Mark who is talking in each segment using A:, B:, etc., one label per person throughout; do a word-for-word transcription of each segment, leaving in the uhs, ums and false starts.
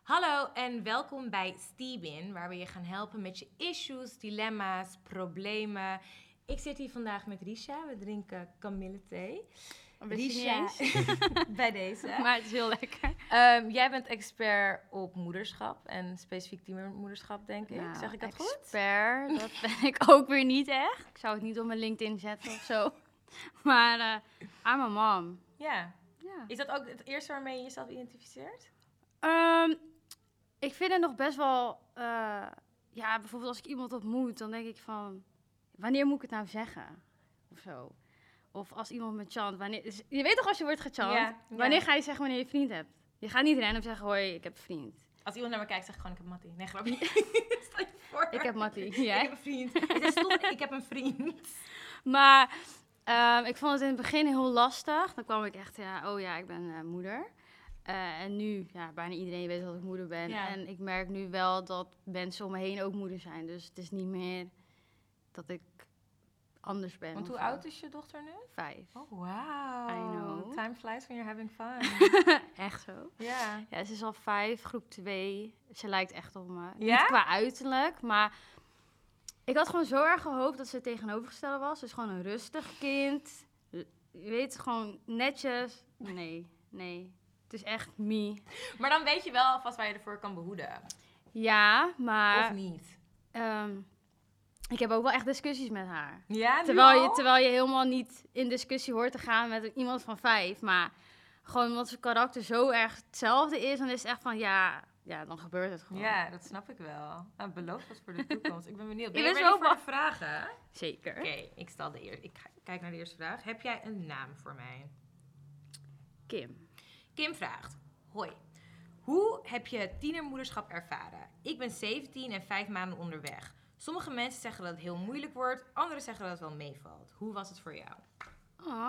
A: Hallo en welkom bij Steven, waar we je gaan helpen met je issues, dilemma's, problemen. Ik zit hier vandaag met Risha, we drinken kamillethee.
B: Risha,
A: bij deze.
B: Maar het is heel lekker.
A: Um, jij bent expert op moederschap en specifiek tienermoederschap, denk ik.
B: Nou,
A: zeg ik dat
B: expert,
A: goed?
B: Expert, dat ben ik ook weer niet echt. Ik zou het niet op mijn LinkedIn zetten of zo. Maar uh, I'm a mom.
A: Ja.
B: ja.
A: Is dat ook het eerste waarmee je jezelf identificeert?
B: Um, ik vind het nog best wel... Uh, ja, bijvoorbeeld als ik iemand ontmoet, dan denk ik van... Wanneer moet ik het nou zeggen? Of zo. Of als iemand me chant, wanneer... Je weet toch als je wordt gechant?
A: Ja,
B: wanneer
A: ja.
B: ga je zeggen wanneer je vriend hebt? Je gaat niet random zeggen, hoi, ik heb een vriend.
A: Als iemand naar me kijkt, zeg ik gewoon, ik heb Mattie. Nee, grapje. Stel je voor.
B: Ik heb Mattie. Jij?
A: Ik heb een vriend. Ik zeg, stop, ik heb een vriend.
B: Maar um, ik vond het in het begin heel lastig. Dan kwam ik echt, ja, oh ja, ik ben uh, moeder. Uh, en nu, ja, bijna iedereen weet dat ik moeder ben.
A: Ja.
B: En ik merk nu wel dat mensen om me heen ook moeder zijn. Dus het is niet meer dat ik anders ben.
A: Want hoe
B: zo.
A: oud is je dochter nu?
B: Vijf.
A: Oh, wow.
B: I know.
A: Time flies when you're having fun.
B: Echt zo.
A: Ja.
B: Ja, ze is al vijf, groep twee. Ze lijkt echt op me.
A: Ja?
B: Niet qua uiterlijk, maar... Ik had gewoon zo erg gehoopt dat ze het tegenovergestelde was. Dus gewoon een rustig kind. Je weet, gewoon netjes. Nee, nee. Het is echt me.
A: Maar dan weet je wel alvast waar je ervoor kan behoeden.
B: Ja, maar...
A: Of niet.
B: Um, ik heb ook wel echt discussies met haar.
A: Ja, nu
B: terwijl
A: al?
B: je, terwijl je helemaal niet in discussie hoort te gaan met iemand van vijf. Maar gewoon omdat zijn karakter zo erg hetzelfde is. Dan is het echt van, ja, ja dan gebeurt het gewoon.
A: Ja, dat snap ik wel. Nou, beloof wat voor de toekomst. Ik ben benieuwd. Ben
B: Ik
A: je
B: ben
A: ready
B: zo
A: voor de
B: ba-
A: vragen?
B: Zeker.
A: Oké, okay, ik stel de eerste. Ik ga, kijk naar de eerste vraag. Heb jij een naam voor mij?
B: Kim.
A: Kim vraagt. Hoi. Hoe heb je tienermoederschap ervaren? Ik ben zeventien en vijf maanden onderweg. Sommige mensen zeggen dat het heel moeilijk wordt. Anderen zeggen dat het wel meevalt. Hoe was het voor jou?
B: Oh.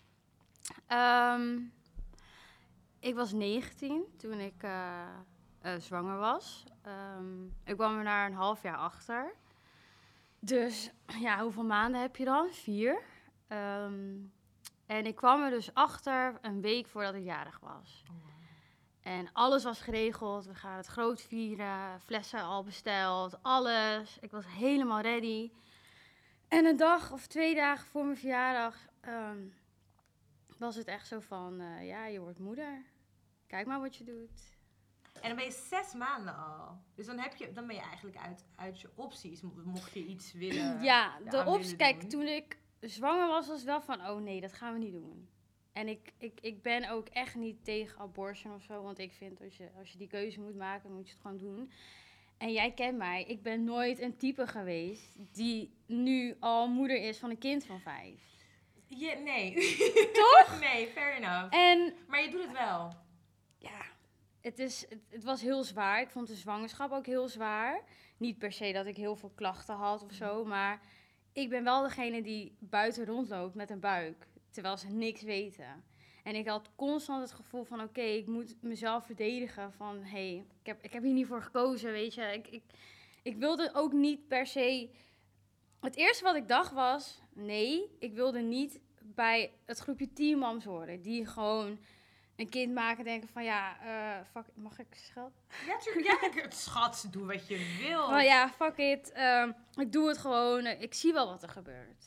B: Um, ik was negentien toen ik uh, uh, zwanger was. Um, ik kwam er na een half jaar achter. Dus ja, hoeveel maanden heb je dan? Vier. Um, en ik kwam er dus achter een week voordat ik jarig was. Oh. En alles was geregeld. We gaan het groot vieren. Flessen al besteld. Alles. Ik was helemaal ready. En een dag of twee dagen voor mijn verjaardag um, was het echt zo van... Uh, ja, je wordt moeder. Kijk maar wat je doet.
A: En dan ben je zes maanden al. Dus dan, heb je, dan ben je eigenlijk uit, uit je opties. Mocht je iets willen.
B: Ja, de opties. Kijk,
A: doen.
B: toen ik zwanger was, was het wel van... Oh nee, dat gaan we niet doen. En ik, ik, ik ben ook echt niet tegen abortion of zo. Want ik vind als je, als je die keuze moet maken, dan moet je het gewoon doen. En jij kent mij. Ik ben nooit een type geweest die nu al moeder is van een kind van vijf.
A: Ja, nee.
B: Toch?
A: Nee, fair enough.
B: En,
A: maar je doet het wel.
B: Ja, het, is, het, het was heel zwaar. Ik vond de zwangerschap ook heel zwaar. Niet per se dat ik heel veel klachten had of zo. Maar ik ben wel degene die buiten rondloopt met een buik. Terwijl ze niks weten. En ik had constant het gevoel van... Oké, okay, ik moet mezelf verdedigen. Van, hé, hey, ik, heb, ik heb hier niet voor gekozen, weet je. Ik, ik, ik wilde ook niet per se... Het eerste wat ik dacht was... Nee, ik wilde niet bij het groepje teenmoms horen. Die gewoon een kind maken denken van... Ja, uh, fuck, mag ik schat?
A: Ja, tuurlijk. Ja, schat, doe wat je wil.
B: Maar ja, fuck it. Uh, ik doe het gewoon. Ik zie wel wat er gebeurt.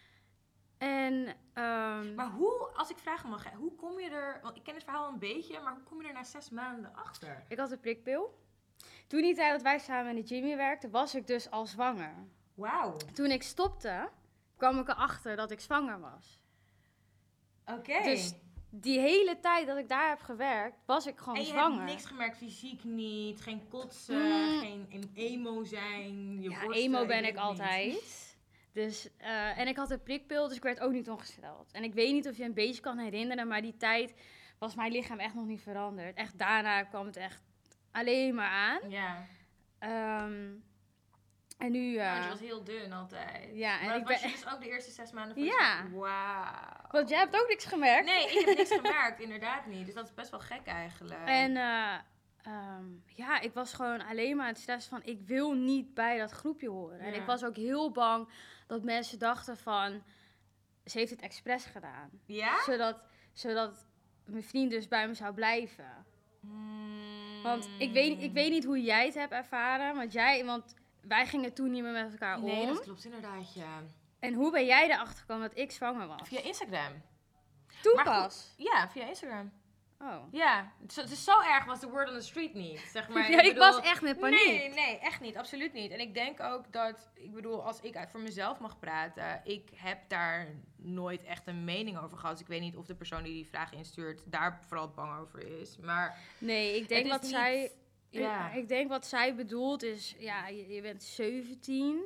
B: En, um,
A: maar hoe, als ik vragen mag, hoe kom je er... Want ik ken het verhaal een beetje, maar hoe kom je er na zes maanden achter?
B: Ik had een prikpil. Toen die tijd dat wij samen in de Jimmy werkten, was ik dus al zwanger.
A: Wauw.
B: Toen ik stopte, kwam ik erachter dat ik zwanger was.
A: Oké. Okay.
B: Dus die hele tijd dat ik daar heb gewerkt, was ik gewoon
A: en je
B: zwanger.
A: hebt niks gemerkt, fysiek niet, geen kotsen, mm. geen emo zijn. Je
B: ja,
A: borsten,
B: emo ben ik
A: niet.
B: altijd. Dus, uh, en ik had een prikpil, dus ik werd ook niet ongesteld. En ik weet niet of je een beetje kan herinneren, maar die tijd was mijn lichaam echt nog niet veranderd. Echt daarna kwam het echt alleen maar aan.
A: Ja.
B: Um, en nu... Uh,
A: ja, want je was heel dun altijd.
B: Ja,
A: en maar dat was ben... je dus ook de eerste zes maanden van
B: ja.
A: je... Wauw.
B: Want jij hebt ook niks gemerkt.
A: Nee, ik heb niks gemerkt, inderdaad niet. Dus dat is best wel gek eigenlijk.
B: En uh, um, ja, ik was gewoon alleen maar het stress van... Ik wil niet bij dat groepje horen. Ja. En ik was ook heel bang dat mensen dachten van... Ze heeft het expres gedaan.
A: Ja?
B: Zodat, zodat mijn vriend dus bij me zou blijven.
A: Mm.
B: Want ik weet, ik weet niet hoe jij het hebt ervaren. Want, jij, want wij gingen toen niet meer met elkaar om.
A: Nee, dat klopt inderdaad, ja.
B: En hoe ben jij erachter gekomen dat ik zwanger was?
A: Via Instagram.
B: Toen
A: Maar
B: pas?
A: Goed, ja, via Instagram.
B: Oh.
A: Ja, het is, het is zo erg was de word on the street niet, zeg maar.
B: Ja,
A: ik,
B: ik
A: bedoel,
B: was echt met paniek.
A: Nee, nee, echt niet, absoluut niet. En ik denk ook dat, ik bedoel, als ik uit voor mezelf mag praten, ik heb daar nooit echt een mening over gehad. Dus ik weet niet of de persoon die die vraag instuurt daar vooral bang over is. Maar
B: nee, ik denk wat
A: niet,
B: zij,
A: ja.
B: ik, ik denk wat zij bedoelt is, ja, je, je bent zeventien.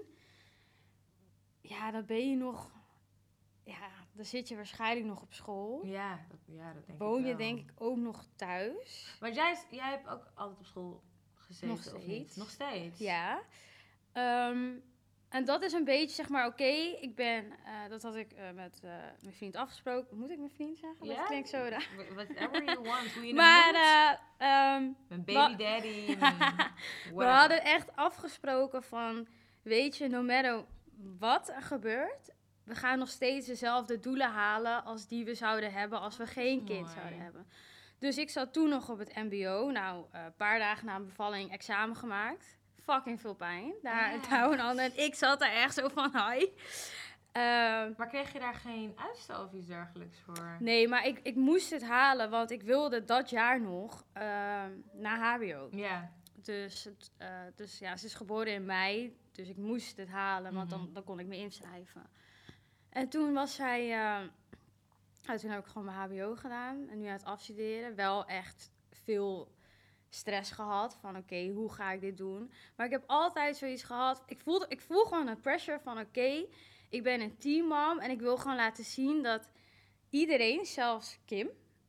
B: Ja, dan ben je nog, ja, dan zit je waarschijnlijk nog op school.
A: Ja, dat, ja, dat denk
B: Woon
A: ik wel.
B: je denk ik ook nog thuis.
A: Want jij, jij hebt ook altijd op school gezeten,
B: Nog
A: of
B: steeds.
A: niet? Nog steeds?
B: Ja. Um, en dat is een beetje, zeg maar, oké, okay, ik ben, uh, dat had ik uh, met uh, mijn vriend afgesproken. Moet ik mijn vriend zeggen?
A: Ja?
B: Dat klinkt zo raar.
A: Whatever you want, hoe je
B: maar,
A: het
B: noemt. Uh, um,
A: mijn baby daddy, mijn
B: we hadden echt afgesproken van, weet je, no matter wat er gebeurt, we gaan nog steeds dezelfde doelen halen als die we zouden hebben als we geen kind
A: Mooi.
B: zouden hebben. Dus ik zat toen nog op het mbo. Nou, een uh, paar dagen na mijn bevalling examen gemaakt. Fucking veel pijn. Daar,
A: Ah.
B: daar een ander. En ik zat daar echt zo van, hi. Uh,
A: maar kreeg je daar geen uitstel of iets dergelijks voor?
B: Nee, maar ik, ik moest het halen, want ik wilde dat jaar nog uh, naar H B O.
A: Ja.
B: Dus, het, uh, dus ja, ze is geboren in mei, dus ik moest het halen, want
A: Mm-hmm.
B: dan, dan kon ik me inschrijven. En toen was zij, uh, nou, toen heb ik gewoon mijn H B O gedaan en nu aan het afstuderen. Wel echt veel stress gehad van oké, okay, hoe ga ik dit doen? Maar ik heb altijd zoiets gehad, ik voelde, ik voel gewoon een pressure van oké, okay, ik ben een teammam en ik wil gewoon laten zien dat iedereen, zelfs Kim,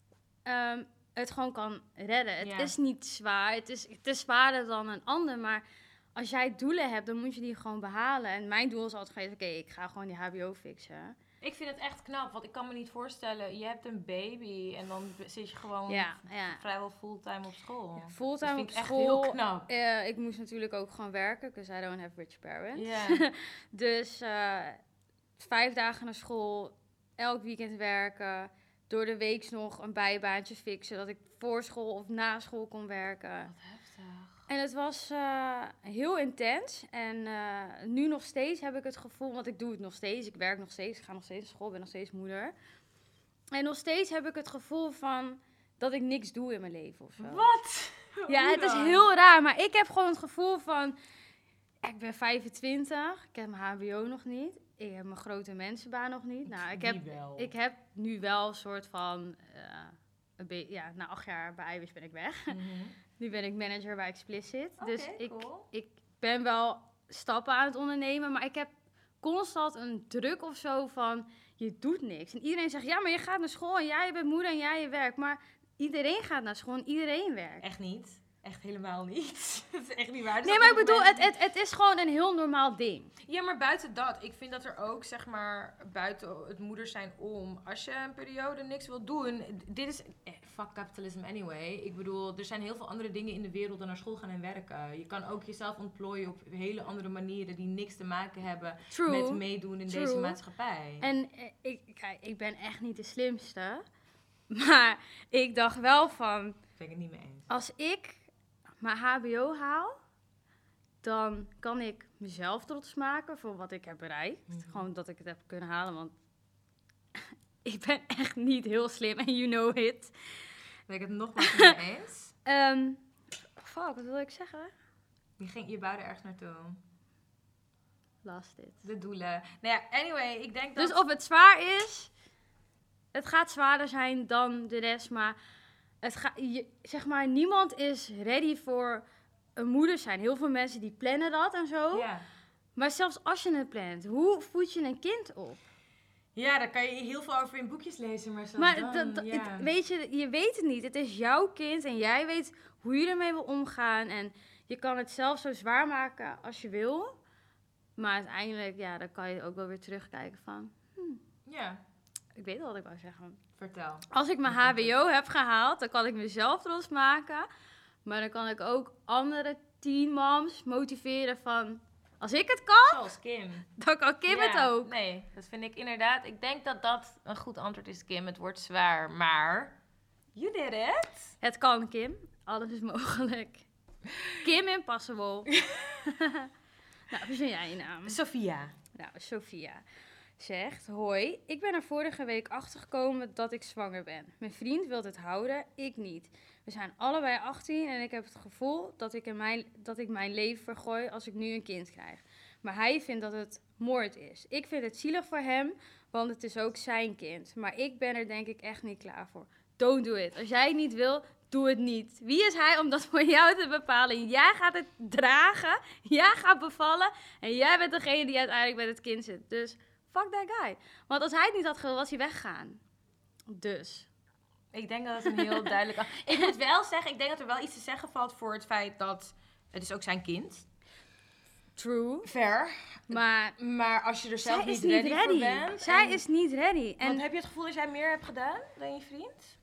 B: um, het gewoon kan redden. Het
A: ja.
B: is niet zwaar, het is, het is zwaarder dan een ander, maar als jij doelen hebt, dan moet je die gewoon behalen. En mijn doel is altijd geweest, oké, okay, ik ga gewoon die H B O fixen.
A: Ik vind het echt knap, want ik kan me niet voorstellen, je hebt een baby en dan zit je gewoon
B: ja, ja.
A: vrijwel fulltime op school.
B: Ja, fulltime
A: dat vind
B: op
A: ik
B: school.
A: Echt heel knap.
B: Uh, ik moest natuurlijk ook gewoon werken, because I don't have rich parents.
A: Yeah.
B: dus uh, vijf dagen naar school, elk weekend werken, door de week nog een bijbaantje fixen, dat ik voor school of na school kon werken.
A: Wat heftig.
B: En het was uh, heel intens. En uh, nu nog steeds heb ik het gevoel, want ik doe het nog steeds. Ik werk nog steeds, ik ga nog steeds naar school, ben nog steeds moeder. En nog steeds heb ik het gevoel van dat ik niks doe in mijn leven of zo.
A: Wat?
B: Ja,
A: Hoe
B: het is
A: dan?
B: heel raar. Maar ik heb gewoon het gevoel van, ik ben vijfentwintig, ik heb mijn H B O nog niet. Ik heb mijn grote mensenbaan nog niet. Nou, ik heb, ik heb nu wel een soort van, uh, een be- ja, na acht jaar bij Iwis ben ik weg.
A: Mm-hmm.
B: Nu ben ik manager bij Explicit.
A: Okay,
B: dus ik,
A: cool.
B: ik ben wel stappen aan het ondernemen. Maar ik heb constant een druk of zo van, je doet niks. En iedereen zegt, ja, maar je gaat naar school en jij bent moeder en jij je werkt. Maar iedereen gaat naar school en iedereen werkt.
A: Echt niet. Echt helemaal niet. Dat is echt niet waar. Dus
B: nee, maar ik bedoel, het, het, het is gewoon een heel normaal ding.
A: Ja, maar buiten dat. Ik vind dat er ook, zeg maar, buiten het moeder zijn om, als je een periode niks wil doen. Dit is, eh, fuck capitalism anyway. Ik bedoel, er zijn heel veel andere dingen in de wereld dan naar school gaan en werken. Je kan ook jezelf ontplooien op hele andere manieren die niks te maken hebben
B: True.
A: met meedoen in
B: True.
A: deze maatschappij.
B: En eh, ik, kijk, ik ben echt niet de slimste. Maar ik dacht wel van,
A: Ben ik het niet mee eens.
B: als ik mijn H B O haal, dan kan ik mezelf trots maken voor wat ik heb bereikt.
A: Mm-hmm.
B: Gewoon dat ik het heb kunnen halen, want ik ben echt niet heel slim en you know it.
A: Ben ik het nogmaals niet mee eens?
B: Um, fuck, wat wil ik zeggen?
A: Je, ging, je bouwde ergens naartoe.
B: Last it.
A: De doelen. Nou ja, anyway, ik denk dat...
B: Dus of het zwaar is, het gaat zwaarder zijn dan de rest, maar het ga, je, zeg maar, niemand is ready voor een moeder zijn. Heel veel mensen die plannen dat en zo.
A: Ja.
B: Maar zelfs als je het plant, hoe voed je een kind op?
A: Ja, daar kan je heel veel over in boekjes lezen, maar zo
B: Maar
A: dan,
B: dat, dat,
A: ja.
B: het, weet je, je weet het niet. Het is jouw kind en jij weet hoe je ermee wil omgaan. En je kan het zelf zo zwaar maken als je wil. Maar uiteindelijk, ja, dan kan je ook wel weer terugkijken van... Hmm,
A: Ja,
B: ik weet wel wat ik wou zeggen.
A: vertel.
B: Als ik mijn H B O heb gehaald, dan kan ik mezelf trots maken. Maar dan kan ik ook andere teen moms motiveren van... Als ik het kan,
A: Zoals Kim.
B: dan kan Kim
A: Ja,
B: het ook.
A: Nee, dat vind ik inderdaad. Ik denk dat dat een goed antwoord is, Kim. Het wordt zwaar, maar... You did it.
B: Het kan, Kim. Alles is mogelijk. Kim Impossible. Nou, verzin jij je naam?
A: Sophia.
B: Nou, Sophia zegt... Hoi, ik ben er vorige week achtergekomen dat ik zwanger ben. Mijn vriend wil het houden, ik niet. We zijn allebei achttien en ik heb het gevoel dat ik, in mijn, dat ik mijn leven vergooi als ik nu een kind krijg. Maar hij vindt dat het moord is. Ik vind het zielig voor hem, want het is ook zijn kind. Maar ik ben er denk ik echt niet klaar voor. Don't do it. Als jij het niet wil, doe het niet. Wie is hij om dat voor jou te bepalen? Jij gaat het dragen, jij gaat bevallen en jij bent degene die uiteindelijk met het kind zit. Dus fuck that guy. Want als hij het niet had gewild, was hij weggegaan. Dus...
A: Ik denk dat het een heel duidelijk... Ik moet wel zeggen, ik denk dat er wel iets te zeggen valt voor het feit dat... Het is ook zijn kind.
B: True.
A: Fair.
B: Maar,
A: maar als je er zelf
B: zij
A: niet
B: is niet
A: ready,
B: ready.
A: voor bent...
B: Zij
A: en,
B: is niet ready. En
A: want heb je het gevoel dat jij meer hebt gedaan dan je vriend?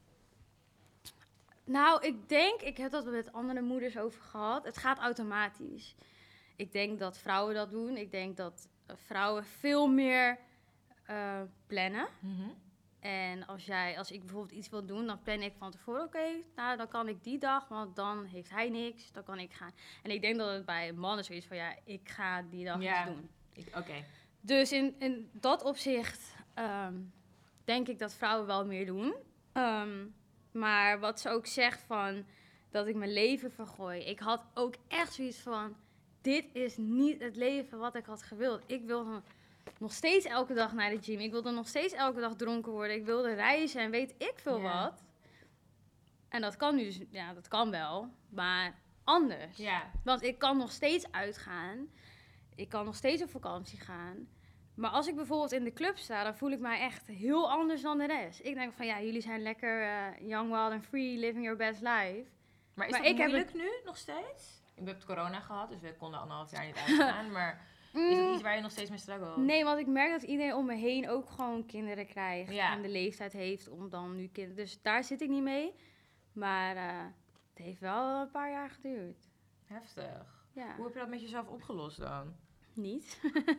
B: nou, ik denk... Ik heb dat met andere moeders over gehad. Het gaat automatisch. Ik denk dat vrouwen dat doen. Ik denk dat uh, vrouwen veel meer uh, plannen.
A: Mm-hmm.
B: En als, jij, als ik bijvoorbeeld iets wil doen, dan plan ik van tevoren... Oké, okay, nou, dan kan ik die dag, want dan heeft hij niks. Dan kan ik gaan. En ik denk dat het bij mannen zoiets van... Ja, ik ga die dag
A: Ja.
B: iets doen.
A: Oké. Okay.
B: Dus in, in dat opzicht um, denk ik dat vrouwen wel meer doen. Um, maar wat ze ook zegt van dat ik mijn leven vergooi. Ik had ook echt zoiets van... Dit is niet het leven wat ik had gewild. Ik wilde nog steeds elke dag naar de gym. Ik wilde nog steeds elke dag dronken worden. Ik wilde reizen en weet ik veel
A: ja.
B: wat. En dat kan nu, ja, dat kan wel. Maar anders.
A: Ja.
B: Want ik kan nog steeds uitgaan. Ik kan nog steeds op vakantie gaan. Maar als ik bijvoorbeeld in de club sta, dan voel ik mij echt heel anders dan de rest. Ik denk van, ja, jullie zijn lekker uh, young, wild and free, living your best life.
A: Maar is
B: maar
A: dat
B: ik
A: moeilijk
B: heb
A: nu nog steeds? Ik heb corona gehad, dus we konden anderhalf jaar niet uitgaan. Maar is dat iets waar je nog steeds mee struggelt?
B: Nee, want ik merk dat iedereen om me heen ook gewoon kinderen krijgt.
A: Ja.
B: En de leeftijd heeft om dan nu kinderen. Dus daar zit ik niet mee. Maar uh, het heeft wel een paar jaar geduurd.
A: Heftig.
B: Ja.
A: Hoe heb je dat met jezelf opgelost dan?
B: Niet.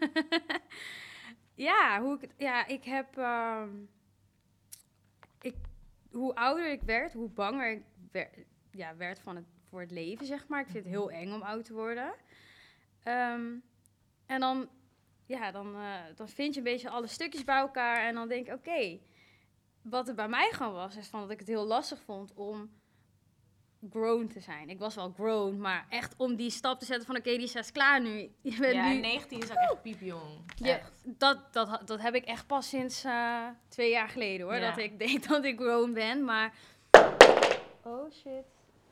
B: ja, hoe ik het, ja, ik heb... Uh, ik, hoe ouder ik werd, hoe banger ik werd, ja, werd van het, voor het leven, zeg maar. Ik vind het heel eng om oud te worden. Um, en dan, ja, dan, uh, dan vind je een beetje alle stukjes bij elkaar. En dan denk ik, oké, okay, wat er bij mij gewoon was, is van dat ik het heel lastig vond om grown te zijn. Ik was wel grown, maar echt om die stap te zetten van oké, okay, die is klaar nu. Je bent
A: ja,
B: nu...
A: negentien is ook echt piepjong.
B: Ja, dat, dat, dat heb ik echt pas sinds uh, twee jaar geleden hoor. Ja. Dat ik denk dat ik grown ben, maar... Oh shit.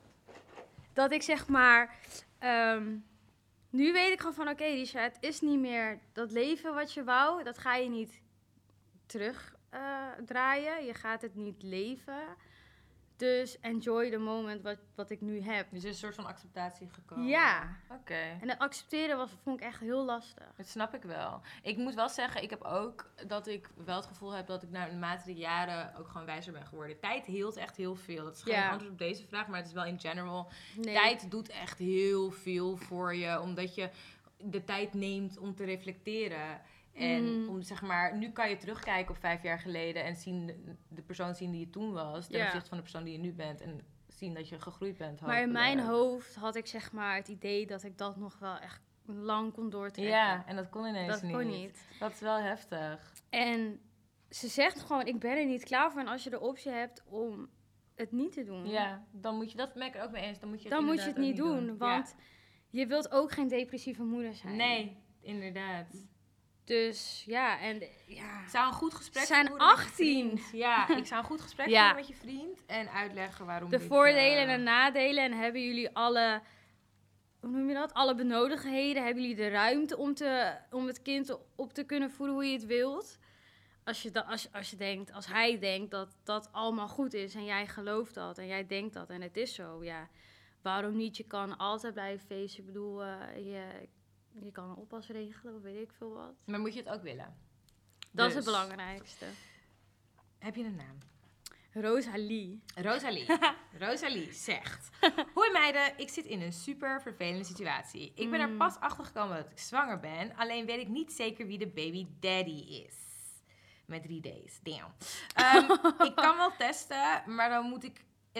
B: Dat ik zeg maar... Um, nu weet ik gewoon van oké, okay, het is niet meer dat leven wat je wou. Dat ga je niet terug uh, draaien. Je gaat het niet leven. Dus enjoy the moment wat, wat ik nu heb.
A: Dus er is een soort van acceptatie gekomen.
B: Ja.
A: Oké. Okay.
B: En dat accepteren was, vond ik echt heel lastig.
A: Dat snap ik wel. Ik moet wel zeggen, ik heb ook dat ik wel het gevoel heb dat ik naarmate de jaren ook gewoon wijzer ben geworden. Tijd hield echt heel veel. Dat is geen ja. antwoord op deze vraag, maar het is wel in general. Nee. Tijd doet echt heel veel voor je, omdat je de tijd neemt om te reflecteren. En mm. om, zeg maar, nu kan je terugkijken op vijf jaar geleden en zien de, de persoon zien die je toen was, ten ja. opzichte van de persoon die je nu bent. En zien dat je gegroeid bent.
B: Hopelijk. Maar in mijn hoofd had ik zeg maar het idee dat ik dat nog wel echt lang kon doortrekken.
A: Ja, en dat kon ineens
B: dat
A: niet.
B: Dat kon niet.
A: Dat is wel heftig.
B: En ze zegt gewoon, ik ben er niet klaar voor. En als je de optie hebt om het niet te doen.
A: Ja, dan moet je, dat ben ik er ook mee eens. Dan moet je het,
B: dan moet je het niet doen. doen want ja. je wilt ook geen depressieve moeder zijn.
A: Nee, inderdaad.
B: Dus ja, en ja.
A: Zou een goed gesprek
B: zijn
A: voeren
B: achttien.
A: Ja, ik zou een goed gesprek ja. voeren met je vriend en uitleggen waarom.
B: De
A: dit,
B: voordelen
A: uh...
B: en de nadelen. En hebben jullie alle, hoe noem je dat? Alle benodigdheden. Hebben jullie de ruimte om, te, om het kind op te kunnen voeden hoe je het wilt? Als je, da, als, als je denkt, als hij denkt dat dat allemaal goed is en jij gelooft dat en jij denkt dat en het is zo, ja. Waarom niet? Je kan altijd blijven feesten. Ik bedoel, uh, je... Je kan een oppas regelen of weet ik veel wat.
A: Maar moet je het ook willen?
B: Dat dus. is het belangrijkste.
A: Heb je een naam?
B: Rosalie.
A: Rosalie. Rosalie zegt... Hoi meiden, ik zit in een super vervelende situatie. Ik ben er pas achter gekomen dat ik zwanger ben. Alleen weet ik niet zeker wie de baby daddy is. Met drie D's. Damn. Um, ik kan wel testen, maar dan moet ik het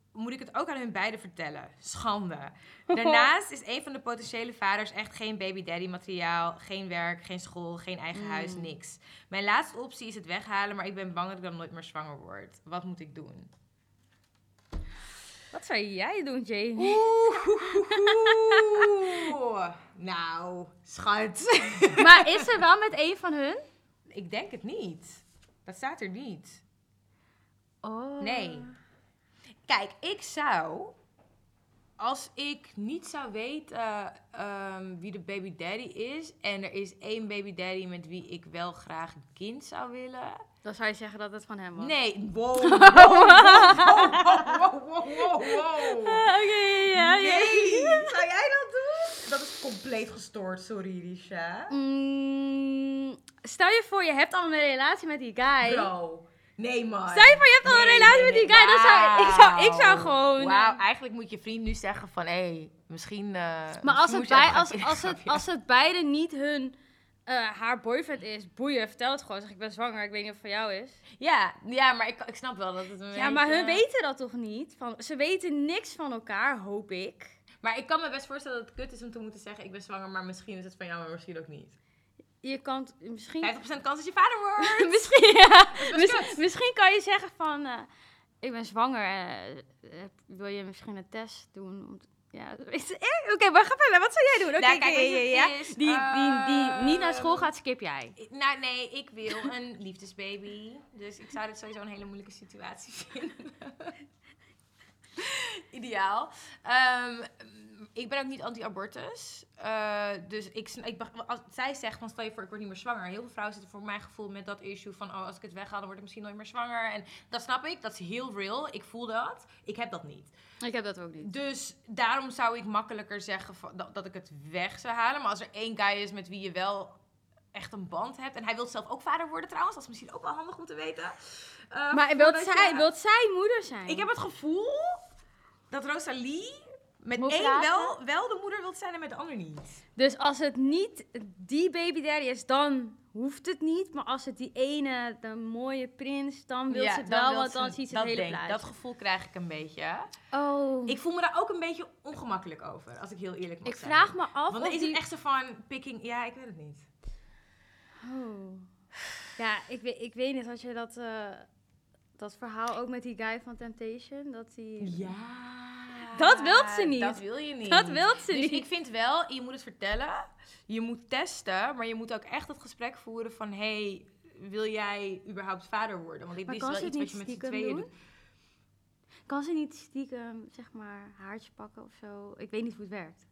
A: moet ik het ook aan hun beiden vertellen. Schande. Daarnaast is een van de potentiële vaders echt geen baby daddy materiaal. Geen werk, geen school, geen eigen
B: Mm.
A: huis, niks. Mijn laatste optie is het weghalen, maar ik ben bang dat ik dan nooit meer zwanger word. Wat moet ik doen?
B: Wat zou jij doen, Jamie?
A: Oeh. Nou, schat.
B: Maar is er wel met een van hun?
A: Ik denk het niet. Dat staat er niet.
B: Oh.
A: Nee. Kijk, ik zou... Als ik niet zou weten um, wie de baby daddy is... en er is één baby daddy met wie ik wel graag een kind zou willen...
B: Dan zou je zeggen dat het van hem was.
A: Nee, wow, wow, wow, wow, wow, wow, wow.
B: Oké, ja, ja.
A: Nee, zou jij dat doen? Dat is compleet gestoord, sorry Risha.
B: Mm, stel je voor, je hebt al een relatie met die guy.
A: Bro, nee man.
B: Stel je voor, je hebt al
A: Nee,
B: een relatie
A: nee,
B: met die
A: nee.
B: guy. Dan zou, ik, zou, ik zou
A: Wauw.
B: gewoon...
A: Wauw, eigenlijk moet je vriend nu zeggen van... hé, hey, misschien... Uh,
B: Maar als
A: misschien
B: het,
A: moet je
B: bij,
A: even
B: als,
A: gaan-
B: als, het, als het beide niet hun, uh, haar boyfriend is, boeien, vertel het gewoon. Zeg, ik ben zwanger, ik weet niet of het van jou is.
A: Ja, ja, maar ik, ik snap wel dat het een
B: Ja, maar hun
A: beetje-
B: weten dat toch niet? Van, ze weten niks van elkaar, hoop ik.
A: Maar ik kan me best voorstellen dat het kut is om te moeten zeggen... ik ben zwanger, maar misschien is het van jou, maar misschien ook niet.
B: Je kan t- misschien...
A: vijftig procent kans dat je vader wordt.
B: misschien, ja.
A: best
B: Mis-
A: kut.
B: misschien kan je zeggen van, uh, ik ben zwanger. Uh, uh, wil je misschien een test doen? Om te- ja, weet je- eh, Oké, maar ga verder. Wat zou jij doen? Oké,
A: Nou,
B: oké,
A: kijk, weet je
B: ja,
A: wat
B: ja.
A: het is?
B: Die, die, die niet naar school
A: Ehm,
B: gaat, skip jij.
A: Nou, nee, ik wil een liefdesbaby. Dus ik zou dit sowieso een hele moeilijke situatie vinden. Ideaal. Um, ik ben ook niet anti-abortus. Uh, dus ik, sn- ik, beg- als zij zegt van stel je voor ik word niet meer zwanger. Heel veel vrouwen zitten voor mijn gevoel met dat issue van oh als ik het weghaal dan word ik misschien nooit meer zwanger. En dat snap ik. Dat is heel real. Ik voel dat. Ik heb dat niet.
B: Ik heb dat ook niet.
A: Dus daarom zou ik makkelijker zeggen van, dat, dat ik het weg zou halen. Maar als er één guy is met wie je wel echt een band hebt. En hij wil zelf ook vader worden trouwens. Dat is misschien ook wel handig om te weten. Uh,
B: Maar wilt
A: voordat
B: zij,
A: je-
B: wilt zij moeder zijn?
A: Ik heb het gevoel dat Rosalie met
B: Moet
A: één
B: praten?
A: wel, wel de moeder wilt zijn en met de ander niet.
B: Dus als het niet die baby daddy is, dan hoeft het niet. Maar als het die ene, de mooie prins, dan wil
A: Ja,
B: ze het
A: dan
B: wel.
A: wil
B: Want
A: ze-
B: dan ziet ze
A: dat
B: het hele
A: denk-
B: plaatje.
A: Dat gevoel krijg ik een beetje.
B: Oh.
A: Ik voel me daar ook een beetje ongemakkelijk over, als ik heel eerlijk mag
B: Ik
A: zijn.
B: vraag me af
A: Want
B: of
A: dan is
B: die...
A: het echt zo van picking... Ja, ik weet het niet.
B: Oh. Ja, ik weet, ik weet niet. Had je dat, uh, dat verhaal ook met die guy van Temptation? Dat die...
A: Ja.
B: Dat wilt ze niet.
A: Dat wil je niet.
B: Dat wilt ze
A: dus
B: niet.
A: ik vind wel, je moet het vertellen. Je moet testen, maar je moet ook echt het gesprek voeren van... hey, wil jij überhaupt vader worden? Want dit
B: Maar
A: is
B: kan
A: wel
B: ze
A: iets
B: het
A: wat je
B: niet
A: met z'n
B: stiekem
A: tweeën
B: doen?
A: doet.
B: Kan ze niet stiekem, zeg maar, haartje pakken of zo? Ik weet niet hoe het werkt.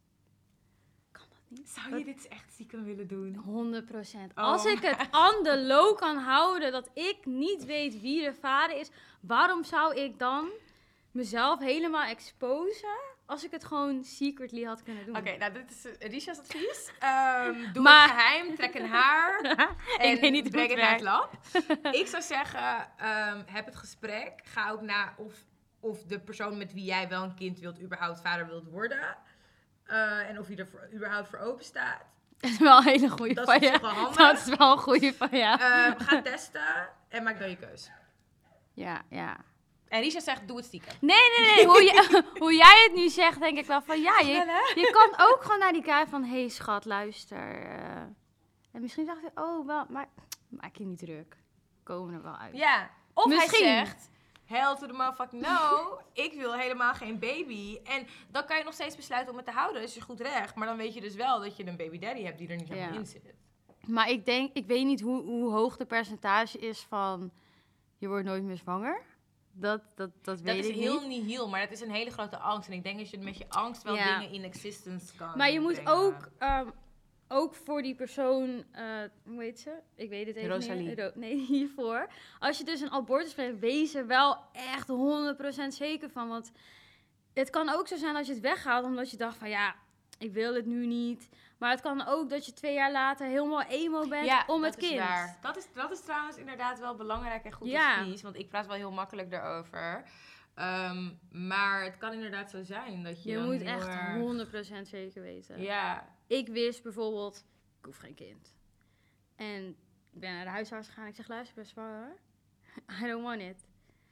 B: Kan dat niet?
A: Zou je dit echt stiekem willen doen?
B: honderd procent.
A: Oh.
B: Als ik het aan de low kan houden dat ik niet weet wie de vader is, waarom zou ik dan mezelf helemaal exposen als ik het gewoon secretly had kunnen doen?
A: Oké, nou dit is uh, Risha's advies. Um, doe
B: Maar-
A: het geheim, trek een haar en
B: Ik weet niet hoe
A: breng
B: het
A: het naar het lab. Ik zou zeggen, um, heb het gesprek. Ga ook naar of, of de persoon met wie jij wel een kind wilt überhaupt vader wilt worden. Uh, en of je er voor, überhaupt voor open staat.
B: Dat is wel een hele goede
A: Dat
B: van
A: is op
B: je.
A: zich wel handig.
B: Dat is wel een goede van je.
A: Uh, ga testen en maak dan je keus.
B: Ja, ja.
A: En Risha zegt, doe het stiekem.
B: Nee, nee, nee. Hoe, je, hoe jij het nu zegt, denk ik wel van ja,
A: Snel,
B: je,
A: hè?
B: je kan ook gewoon naar die guy van hé hey, schat, luister. uh, en misschien dacht hij, oh wel, maar maak je niet druk. Komen er wel uit.
A: Ja, of
B: Misschien.
A: hij zegt... Hell to the motherfucking no. Ik wil helemaal geen baby. En dan kan je nog steeds besluiten om het te houden. Dat is je goed recht. Maar dan weet je dus wel dat je een baby daddy hebt die er niet helemaal
B: Ja.
A: in zit.
B: Maar ik denk, ik weet niet hoe, hoe hoog de percentage is van je wordt nooit meer zwanger. Dat, dat, dat weet
A: Dat is
B: ik
A: heel
B: niet.
A: nihil, maar dat is een hele grote angst. En ik denk dat je met je angst wel
B: Ja.
A: dingen in existence kan
B: Maar je moet
A: brengen.
B: ook, um, ook voor die persoon, uh, hoe heet ze? Ik weet het even
A: Rosalie.
B: niet. Ro- nee, hiervoor. Als je dus een abortus pleegt, wees er wel echt honderd procent zeker van. Want het kan ook zo zijn als je het weghaalt omdat je dacht van ja, ik wil het nu niet. Maar het kan ook dat je twee jaar later helemaal emo bent
A: ja,
B: om
A: dat
B: het
A: is
B: kind.
A: waar. Dat is, dat is trouwens inderdaad wel belangrijk en goed
B: Ja.
A: advies. Want ik praat wel heel makkelijk daarover. Um, maar het kan inderdaad zo zijn dat je
B: Je
A: dan
B: moet
A: heel
B: echt
A: erg-
B: honderd procent zeker weten.
A: Ja,
B: Ik wist bijvoorbeeld, ik hoef geen kind. En ik ben naar de huisarts gegaan. Ik zeg, luister, ik ben zwanger. I don't want it.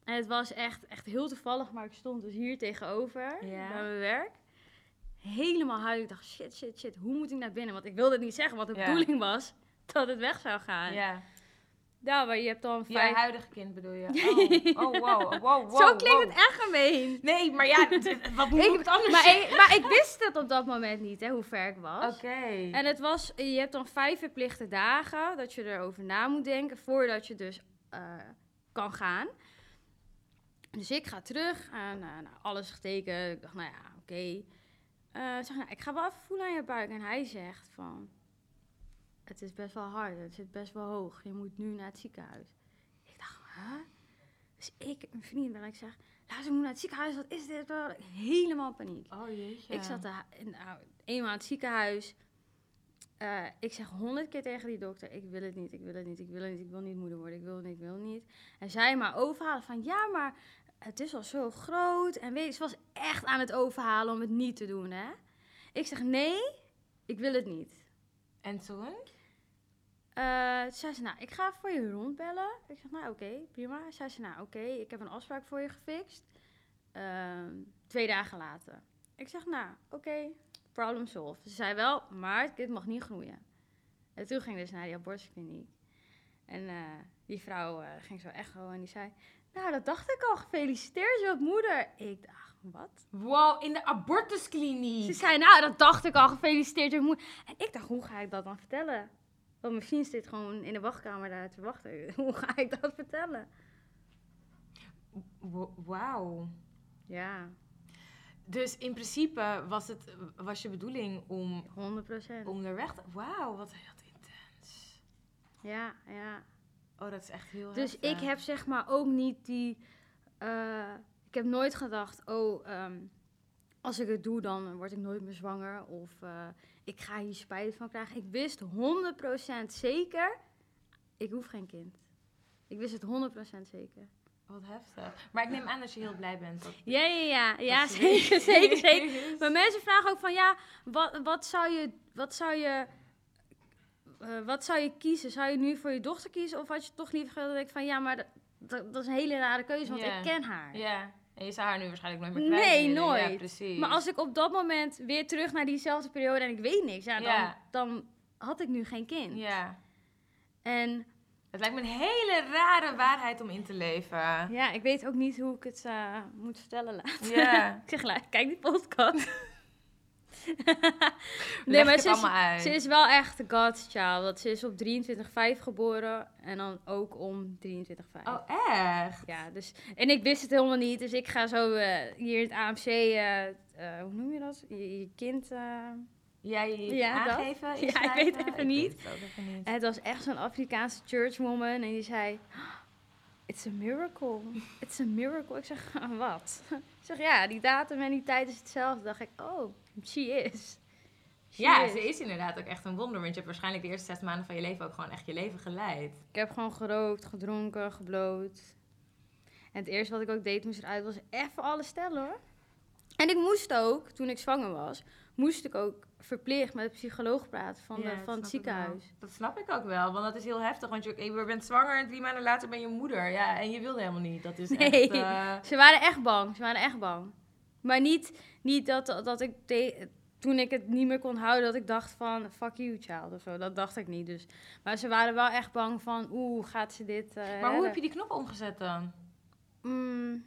B: En het was echt, echt heel toevallig, maar ik stond dus hier tegenover,
A: Ja.
B: bij mijn werk. Helemaal huilen. Ik dacht, shit, shit, shit, hoe moet ik naar binnen? Want ik wilde het niet zeggen, want de
A: Ja.
B: bedoeling was dat het weg zou gaan.
A: Ja.
B: Ja, maar je hebt dan
A: Je
B: vijf...
A: huidige kind bedoel je? Oh, oh wow, wow, wow.
B: Zo klinkt
A: wow.
B: het echt gemeen.
A: Nee, maar ja, d- wat moet ik het anders
B: Maar
A: zeggen?
B: ik, maar ik wist het op dat moment niet, hè, hoe ver ik was.
A: Oké.
B: En het was, je hebt dan vijf verplichte dagen dat je erover na moet denken voordat je dus uh, kan gaan. Dus ik ga terug en uh, nou, alles getekend. Ik dacht, nou ja, oké. Okay. Uh, ik zeg, nou, ik ga wel even voelen aan je buik. En hij zegt van, het is best wel hard, het zit best wel hoog. Je moet nu naar het ziekenhuis. Ik dacht, huh? Dus ik, mijn vriend, ben ik zeg, luister, ik moet naar het ziekenhuis. Wat is dit? Helemaal paniek.
A: Oh jeetje.
B: Ik zat daar, nou, eenmaal in het ziekenhuis. Uh, ik zeg honderd keer tegen die dokter, ik wil het niet, ik wil het niet, ik wil het niet, ik wil niet moeder worden, ik wil het niet, ik wil het niet. En zij maar overhalen van, ja, maar het is al zo groot. En weet je, ze was echt aan het overhalen om het niet te doen, hè. Ik zeg, nee, ik wil het niet.
A: En toen?
B: Uh, toen zei ze, nou, ik ga voor je rondbellen. Ik zeg, nou, oké, okay, prima. Zei ze, nou, oké, okay, ik heb een afspraak voor je gefixt. Uh, twee dagen later. Ik zeg, nou, oké. Okay. Problem solved. Ze zei wel, maar het kind mag niet groeien. En toen ging ik dus naar die abortuskliniek. En uh, die vrouw uh, ging zo echo en die zei... Nou, dat dacht ik al. Gefeliciteerd, je wordt moeder. Ik dacht, wat?
A: Wow, in de abortuskliniek.
B: Ze zei, nou, dat dacht ik al. Gefeliciteerd, je wordt moeder. En ik dacht, hoe ga ik dat dan vertellen? Want mijn vriend zit gewoon in de wachtkamer daar te wachten. Hoe ga ik dat vertellen?
A: Wauw.
B: Ja.
A: Dus in principe was het was je bedoeling om...
B: honderd procent.
A: Om er weg te... Wauw, wat heel intens.
B: Ja, ja.
A: Oh, dat is echt heel
B: Dus
A: heftig.
B: ik heb zeg maar ook niet die... Uh, ik heb nooit gedacht, oh, um, als ik het doe, dan word ik nooit meer zwanger. Of uh, ik ga hier spijt van krijgen. Ik wist honderd procent zeker, ik hoef geen kind. Ik wist het honderd procent zeker.
A: Wat heftig. Maar ik neem aan dat je heel blij bent. Dat,
B: ja, ja, ja. ja
A: dat
B: zeker, zeker, zeker. Maar mensen vragen ook van, ja, wat, wat zou je... Wat zou je Uh, wat zou je kiezen? Zou je nu voor je dochter kiezen? Of had je toch liever gewild dat ik van... Ja, maar dat, dat, dat is een hele rare keuze, want yeah. ik ken haar.
A: Ja, yeah. En je zou haar nu waarschijnlijk nooit meer kwijt.
B: Nee, nooit.
A: Ja, precies.
B: Maar als ik op dat moment weer terug naar diezelfde periode en ik weet niks... Ja,
A: yeah.
B: dan, dan had ik nu geen kind.
A: Ja. Yeah.
B: En...
A: Het lijkt me een hele rare waarheid om in te leven.
B: Ja, ik weet ook niet hoe ik het uh, moet vertellen later.
A: Ja. Yeah.
B: Ik zeg, kijk die podcast.
A: nee, maar ze is,
B: ze is wel echt God's child. Dat ze is op drieëntwintig vijf geboren en dan ook om drieëntwintig vijf.
A: Oh, echt?
B: Ja, dus... En ik wist het helemaal niet, dus ik ga zo uh, hier in het A M C... Uh, uh, hoe noem je dat? Je, je kind... Uh...
A: Ja, je, je
B: ja,
A: aangeven?
B: Ja, ik weet het even
A: ik
B: niet.
A: Weet het even niet.
B: En het was echt zo'n Afrikaanse churchwoman en die zei... It's a miracle. It's a miracle. Ik zeg, wat? Ik zeg, ja, die datum en die tijd is hetzelfde. Dacht ik, oh, she is. She
A: ja,
B: is.
A: ze is inderdaad ook echt een wonder. Want je hebt waarschijnlijk de eerste zes maanden van je leven ook gewoon echt je leven geleid.
B: Ik heb gewoon gerookt, gedronken, gebloot. En het eerste wat ik ook deed, moest eruit, was even alles stellen, hoor. En ik moest ook, toen ik zwanger was, moest ik ook verplicht met de psycholoog praten van,
A: ja,
B: de, van het ziekenhuis.
A: Dat snap ik ook wel, want dat is heel heftig. Want je, je bent zwanger en drie maanden later ben je moeder. Ja, en je wilde helemaal niet. Dat is
B: nee,
A: echt... Uh...
B: ze waren echt bang. Ze waren echt bang. Maar niet, niet dat, dat ik, de, toen ik het niet meer kon houden, dat ik dacht van, fuck you, child, of zo. Dat dacht ik niet. Dus. Maar ze waren wel echt bang van, oeh, gaat ze dit... Uh,
A: maar
B: redden?
A: hoe heb je die knop omgezet dan?
B: Mm,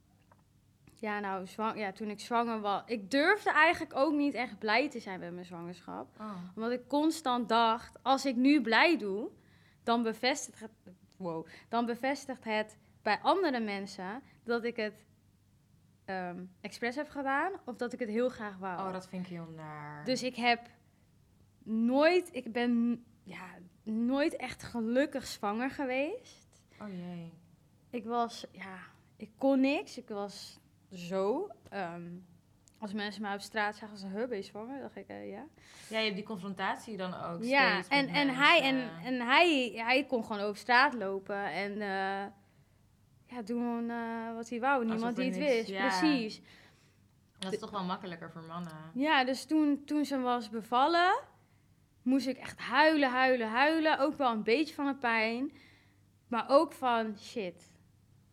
B: ja, nou, zwang, ja, toen ik zwanger was... Ik durfde eigenlijk ook niet echt blij te zijn met mijn zwangerschap.
A: Oh.
B: Omdat ik constant dacht, als ik nu blij doe, dan bevestigt het... Wow. Dan bevestigt het bij andere mensen dat ik het um, expres heb gedaan of dat ik het heel graag wou.
A: Oh, dat vind ik heel naar.
B: Dus ik heb nooit... Ik ben ja, nooit echt gelukkig zwanger geweest.
A: Oh jee.
B: Ik was... Ja, ik kon niks. Ik was... Zo. Um, als mensen mij op straat zagen als een huh, ben je zwanger? dacht ik, uh, ja.
A: Ja, je hebt die confrontatie dan ook
B: ja,
A: steeds
B: en,
A: met
B: en,
A: mensen.
B: hij, en, en hij, hij kon gewoon over straat lopen en uh, ja, doen uh, wat hij wou. Niemand die het
A: niks,
B: wist,
A: ja.
B: precies.
A: Dat is toch wel makkelijker voor mannen.
B: Ja, dus toen, toen ze was bevallen, moest ik echt huilen, huilen, huilen. Ook wel een beetje van de pijn, maar ook van shit.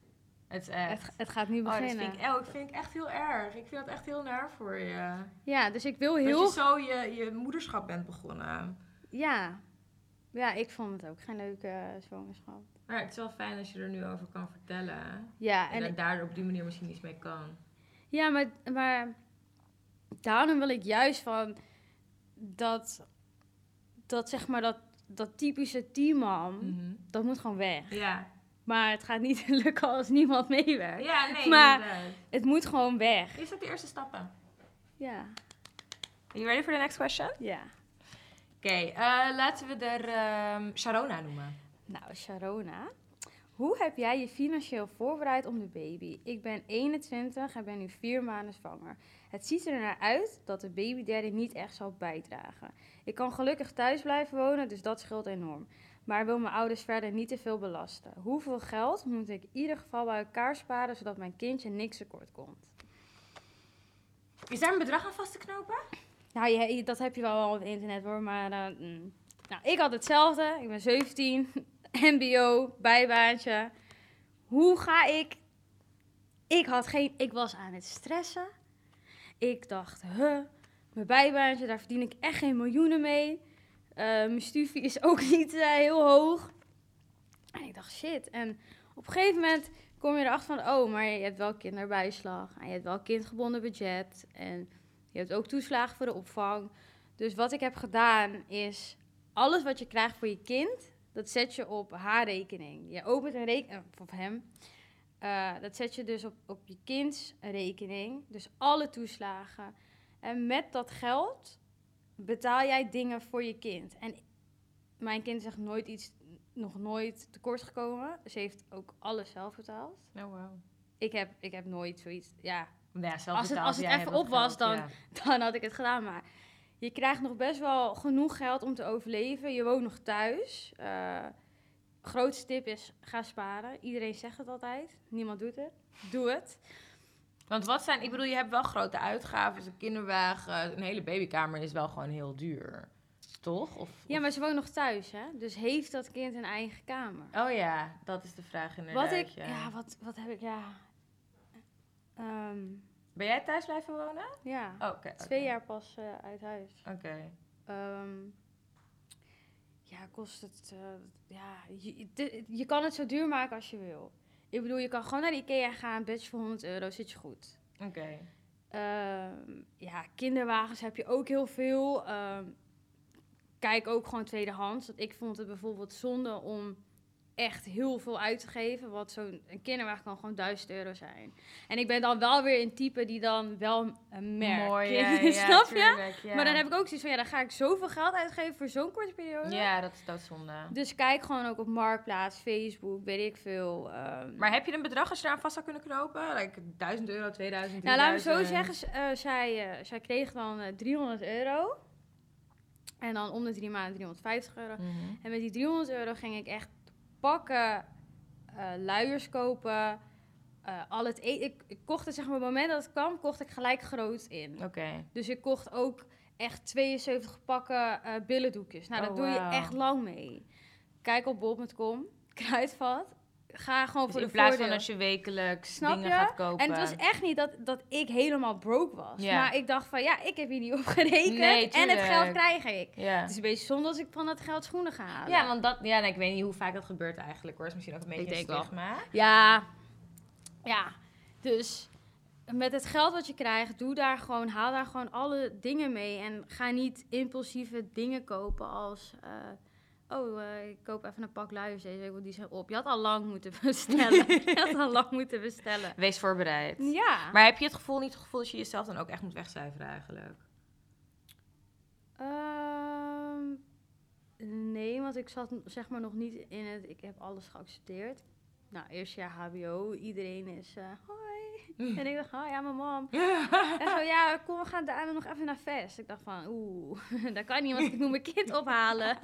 A: Het is echt...
B: Het, het gaat nu
A: Oh, dat
B: beginnen.
A: vind ik, oh, dat vind ik echt heel erg. Ik vind dat echt heel naar voor je.
B: Ja, dus ik wil
A: Dat
B: heel...
A: je zo je, je moederschap bent begonnen.
B: Ja. Ja, ik vond het ook geen leuke uh, zwangerschap.
A: Maar het is wel fijn als je er nu over kan vertellen.
B: Ja,
A: En,
B: en
A: en daar op die manier misschien iets mee kan.
B: Ja, maar, maar daarom wil ik juist van dat, dat zeg maar dat, dat typische teammam,
A: Mm-hmm.
B: dat moet gewoon weg.
A: Ja.
B: Maar het gaat niet lukken als niemand meewerkt.
A: Ja, nee,
B: Maar
A: inderdaad.
B: het moet gewoon weg.
A: Eerst ook de eerste stappen.
B: Ja.
A: Are you ready for the next question?
B: Ja.
A: Oké, okay, uh, laten we er um, Sharona noemen.
B: Nou, Sharona. Hoe heb jij je financieel voorbereid om de baby? Ik ben eenentwintig en ben nu vier maanden zwanger. Het ziet er naar uit dat de babydaddy niet echt zal bijdragen. Ik kan gelukkig thuis blijven wonen, dus dat scheelt enorm. Maar wil mijn ouders verder niet te veel belasten. Hoeveel geld moet ik in ieder geval bij elkaar sparen, zodat mijn kindje niks tekort komt?
A: Is daar een bedrag aan vast te knopen?
B: Nou, je, dat heb je wel op het internet hoor, maar uh, mm. nou, ik had hetzelfde. Ik ben zeventien, M B O, bijbaantje. Hoe ga ik... Ik had geen... Ik was aan het stressen. Ik dacht, huh, mijn bijbaantje, daar verdien ik echt geen miljoenen mee. Uh, mijn studie is ook niet uh, heel hoog. En ik dacht, shit. En op een gegeven moment kom je erachter van, oh, maar je hebt wel kinderbijslag. En je hebt wel kindgebonden budget. En je hebt ook toeslagen voor de opvang. Dus wat ik heb gedaan is, alles wat je krijgt voor je kind, dat zet je op haar rekening. Je opent een rekening, of hem, uh, dat zet je dus op, op je kinds rekening. Dus alle toeslagen. En met dat geld betaal jij dingen voor je kind. En mijn kind is echt nooit iets, nog nooit tekort gekomen. Ze heeft ook alles zelf betaald.
A: Oh, wow.
B: Ik heb, ik heb nooit zoiets, ja.
A: Ja, zelf
B: als het,
A: betaald,
B: als het
A: jij
B: even
A: hebt
B: op
A: wat
B: was,
A: geld,
B: dan,
A: ja.
B: dan had ik het gedaan. Maar je krijgt nog best wel genoeg geld om te overleven. Je woont nog thuis. Uh, grootste tip is, ga sparen. Iedereen zegt het altijd. Niemand doet het. Doe het.
A: Want wat zijn... Ik bedoel, je hebt wel grote uitgaven. Een kinderwagen, een hele babykamer is wel gewoon heel duur. Toch? Of,
B: ja, maar ze woont nog thuis, hè? Dus heeft dat kind een eigen kamer?
A: Oh ja, dat is de vraag inderdaad.
B: Wat ik...
A: Ja,
B: ja wat, wat heb ik... Ja... Um,
A: ben jij thuis blijven wonen?
B: Ja.
A: Oh, okay,
B: Twee
A: okay.
B: jaar pas uh, uit huis.
A: Oké. Okay.
B: Um, ja, kost het... Uh, ja, je, de, je kan het zo duur maken als je wil. Ik bedoel, je kan gewoon naar de IKEA gaan, bedje voor honderd euro, zit je goed.
A: Oké. Okay.
B: Um, ja, kinderwagens heb je ook heel veel. Um, kijk ook gewoon tweedehands. Want ik vond het bijvoorbeeld zonde om echt heel veel uit te geven. Want zo'n een kinderwagen kan gewoon duizend euro zijn. En ik ben dan wel weer een type die dan wel een merk.
A: Mooi, ja, ja,
B: snap
A: tuurlijk,
B: je?
A: Ja.
B: Maar dan heb ik ook zoiets van, ja, dan ga ik zoveel geld uitgeven voor zo'n korte periode.
A: Ja, dat is doodzonde.
B: Dus kijk gewoon ook op Marktplaats, Facebook, weet ik veel. Um,
A: maar heb je een bedrag als je daar aan vast zou kunnen knopen? Like duizend euro, tweeduizend,
B: nou, laten we zo
A: drieduizend?
B: zeggen, uh, zij, uh, zij kreeg dan uh, driehonderd euro. En dan om de drie maanden driehonderdvijftig euro.
A: Mm-hmm. En
B: met die driehonderd euro ging ik echt pakken, uh, luiers kopen, uh, al het eten. Ik, ik kocht het, zeg maar, op het moment dat het kwam, kocht ik gelijk groot in.
A: Oké. Okay.
B: Dus ik kocht ook echt tweeënzeventig pakken uh, billendoekjes. Nou,
A: oh,
B: dat doe
A: wow.
B: je echt lang mee. Kijk op bol punt com, kruidvat. Ga gewoon
A: dus
B: voor
A: in
B: de
A: plaats
B: voordeel.
A: van als je wekelijks
B: Snap
A: dingen
B: je?
A: gaat kopen.
B: En het was echt niet dat, dat ik helemaal broke was.
A: Ja.
B: Maar ik dacht van, ja, ik heb hier niet op gerekend.
A: Nee,
B: en het geld krijg ik.
A: Ja.
B: Het is een beetje zonde als ik van dat geld schoenen ga halen.
A: Ja, want dat, ja, nee, ik weet niet hoe vaak dat gebeurt eigenlijk hoor. Is misschien ook een beetje
B: ik
A: een
B: denk
A: stigma.
B: Wel. Ja, ja. Dus met het geld wat je krijgt, doe daar gewoon, haal daar gewoon alle dingen mee. En ga niet impulsieve dingen kopen als... Uh, oh, uh, ik koop even een pak luiers deze week, want die zijn op. Je had al lang moeten bestellen. Je had al lang moeten bestellen.
A: Wees voorbereid.
B: Ja.
A: Maar heb je het gevoel, niet het gevoel dat je jezelf dan ook echt moet wegcijferen eigenlijk?
B: Um, nee, want ik zat zeg maar nog niet in het... Ik heb alles geaccepteerd. Nou, eerst jaar H B O. Iedereen is... Uh, hoi. En ik dacht, oh ja, mijn mom. En zo, ja, kom, we gaan daar nog even naar Vest. Ik dacht van, oeh, daar kan niemand. Ik moet mijn kind ophalen.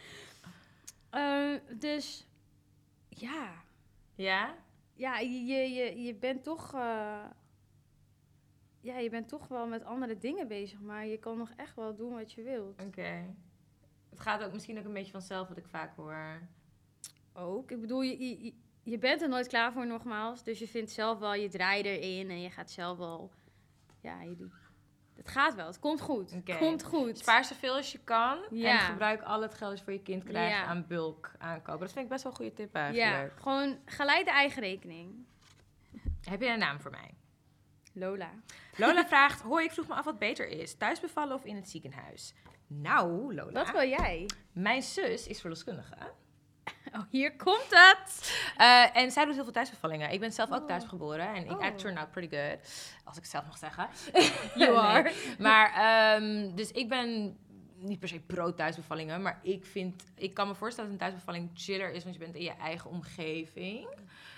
B: Uh, dus, ja.
A: Ja?
B: Ja, je, je, je bent toch... Uh, ja, je bent toch wel met andere dingen bezig. Maar je kan nog echt wel doen wat je wilt.
A: Oké. Okay. Het gaat ook misschien ook een beetje vanzelf, wat ik vaak hoor.
B: Ook. Ik bedoel, je, je, je bent er nooit klaar voor nogmaals. Dus je vindt zelf wel je draai erin en je gaat zelf wel... Ja, je doet... Het gaat wel, het komt goed.
A: Okay.
B: Het komt goed.
A: Spaar zoveel als je kan
B: Ja.
A: en gebruik al het geld dat je voor je kind krijgt
B: Ja.
A: aan bulk aankopen. Dat vind ik best wel een goede tip eigenlijk.
B: Ja, gewoon gelijk de eigen rekening.
A: Heb je een naam voor mij?
B: Lola.
A: Lola vraagt, hoi, ik vroeg me af wat beter is. Thuis bevallen of in het ziekenhuis? Nou, Lola.
B: Wat wil jij?
A: Mijn zus is verloskundige.
B: Oh, hier komt het.
A: Uh, en zij doet heel veel thuisbevallingen. Ik ben zelf ook
B: Oh.
A: thuisgeboren. En ik
B: Oh.
A: I turned out pretty good. Als ik het zelf mag zeggen.
B: You
A: Nee.
B: are.
A: Maar, um, dus ik ben niet per se pro thuisbevallingen. Maar ik vind, ik kan me voorstellen dat een thuisbevalling chiller is. Want je bent in je eigen omgeving.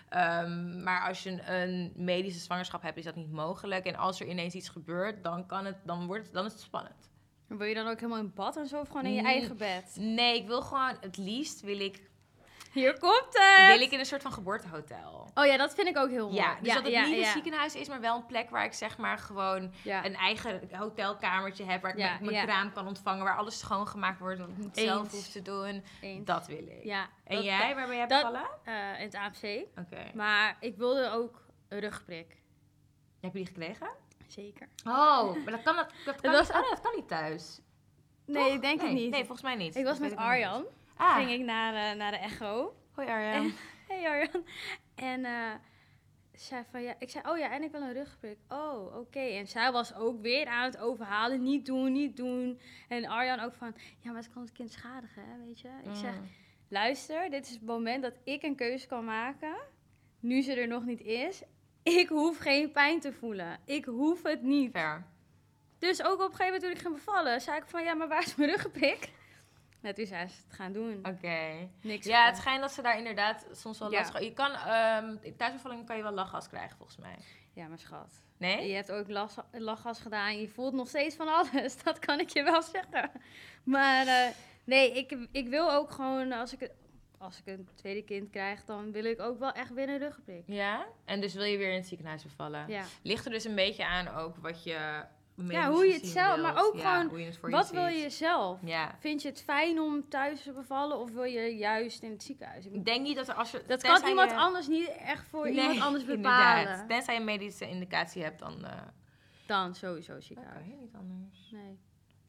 A: Um, maar als je een, een medische zwangerschap hebt, is dat niet mogelijk. En als er ineens iets gebeurt, dan, kan het, dan, wordt het, dan is het spannend.
B: Wil je dan ook helemaal in bad en zo? Of gewoon in je
A: Mm.
B: eigen bed?
A: Nee, ik wil gewoon, het liefst wil ik,
B: Hier komt het.
A: wil ik in een soort van geboortehotel.
B: Oh ja, dat vind ik ook heel mooi.
A: Ja, dus dat het
B: ja,
A: niet een
B: ja.
A: ziekenhuis is, maar wel een plek waar ik zeg maar gewoon
B: Ja.
A: een eigen hotelkamertje heb. Waar ik
B: Ja,
A: mijn, mijn
B: ja.
A: kraam kan ontvangen, waar alles schoongemaakt wordt. Dat ik niet zelf
B: Eens.
A: hoef te doen.
B: Eens.
A: Dat wil ik.
B: Ja,
A: En
B: dat-
A: jij, waar ben jij
B: dat-
A: bevallen?
B: eh, in het A M C.
A: Oké.
B: Maar ik wilde ook een rugprik.
A: Heb je die gekregen?
B: Zeker.
A: Oh, maar dat kan, dat, dat kan,
B: was-
A: niet, oh, dat kan niet thuis.
B: Nee,
A: Toch?
B: ik denk
A: nee,
B: het niet.
A: Nee, volgens mij niet.
B: Ik was
A: Dat weet
B: met
A: nog
B: Arjan.
A: niet. Ah,
B: Ging ik naar, uh, naar de echo.
A: hoi Arjan.
B: En- Hey Arjan. En uh, zei van ja, ik zei, oh ja, en ik wil een rugprik. Oh, oké. En zij was ook weer aan het overhalen. Niet doen, niet doen. En Arjan ook van, ja, maar het kan het kind schadigen, hè, weet je. Ik zeg,
A: Mm.
B: luister, dit is het moment dat ik een keuze kan maken. Nu ze er nog niet is. Ik hoef geen pijn te voelen. Ik hoef het niet.
A: Ver.
B: Dus ook op een gegeven moment toen ik ging bevallen, zei ik van, ja, maar waar is mijn ruggenprik? Nou, toen zei ze het gaan doen.
A: Oké.
B: Niks
A: Ja, het
B: gedaan.
A: schijnt dat ze daar inderdaad soms wel
B: Ja.
A: last van... Je kan, um, in thuisbevalling kan je wel lachgas krijgen, volgens mij.
B: Ja, maar schat.
A: Nee?
B: Je hebt ook las- lachgas gedaan. Je voelt nog steeds van alles. Dat kan ik je wel zeggen. Maar uh, nee, ik, ik wil ook gewoon, als ik, als ik een tweede kind krijg, dan wil ik ook wel echt weer een ruggenprik.
A: Ja? En dus wil je weer in het ziekenhuis bevallen?
B: Ja.
A: Ligt er dus een beetje aan ook wat je...
B: Ja, hoe je het
A: gezien
B: zelf,
A: wilt.
B: maar ook
A: Ja,
B: gewoon,
A: hoe je het voor
B: wat
A: je
B: wil
A: ziet.
B: je zelf?
A: Ja.
B: Vind je het fijn om thuis te bevallen of wil je juist in het ziekenhuis? Ik-
A: Ik denk niet dat er als je...
B: Dat kan
A: tenzij
B: iemand
A: je-
B: anders niet echt voor
A: Nee,
B: iemand anders bepalen.
A: inderdaad. Tenzij je een medische indicatie hebt, dan... Uh,
B: Dan sowieso
A: kan
B: ziekenhuis.
A: je niet anders.
B: Nee.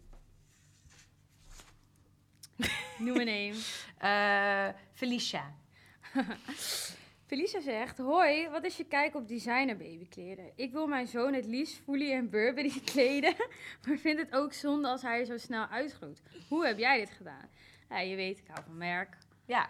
B: Noem een naam.
A: Uh, Felicia.
B: Felicia zegt, hoi, wat is je kijk op designer babykleren? Ik wil mijn zoon het liefst Fully en Burberry kleden, maar vind het ook zonde als hij er zo snel uitgroeit. Hoe heb jij dit gedaan? Ja, je weet, ik hou van merk.
A: Ja.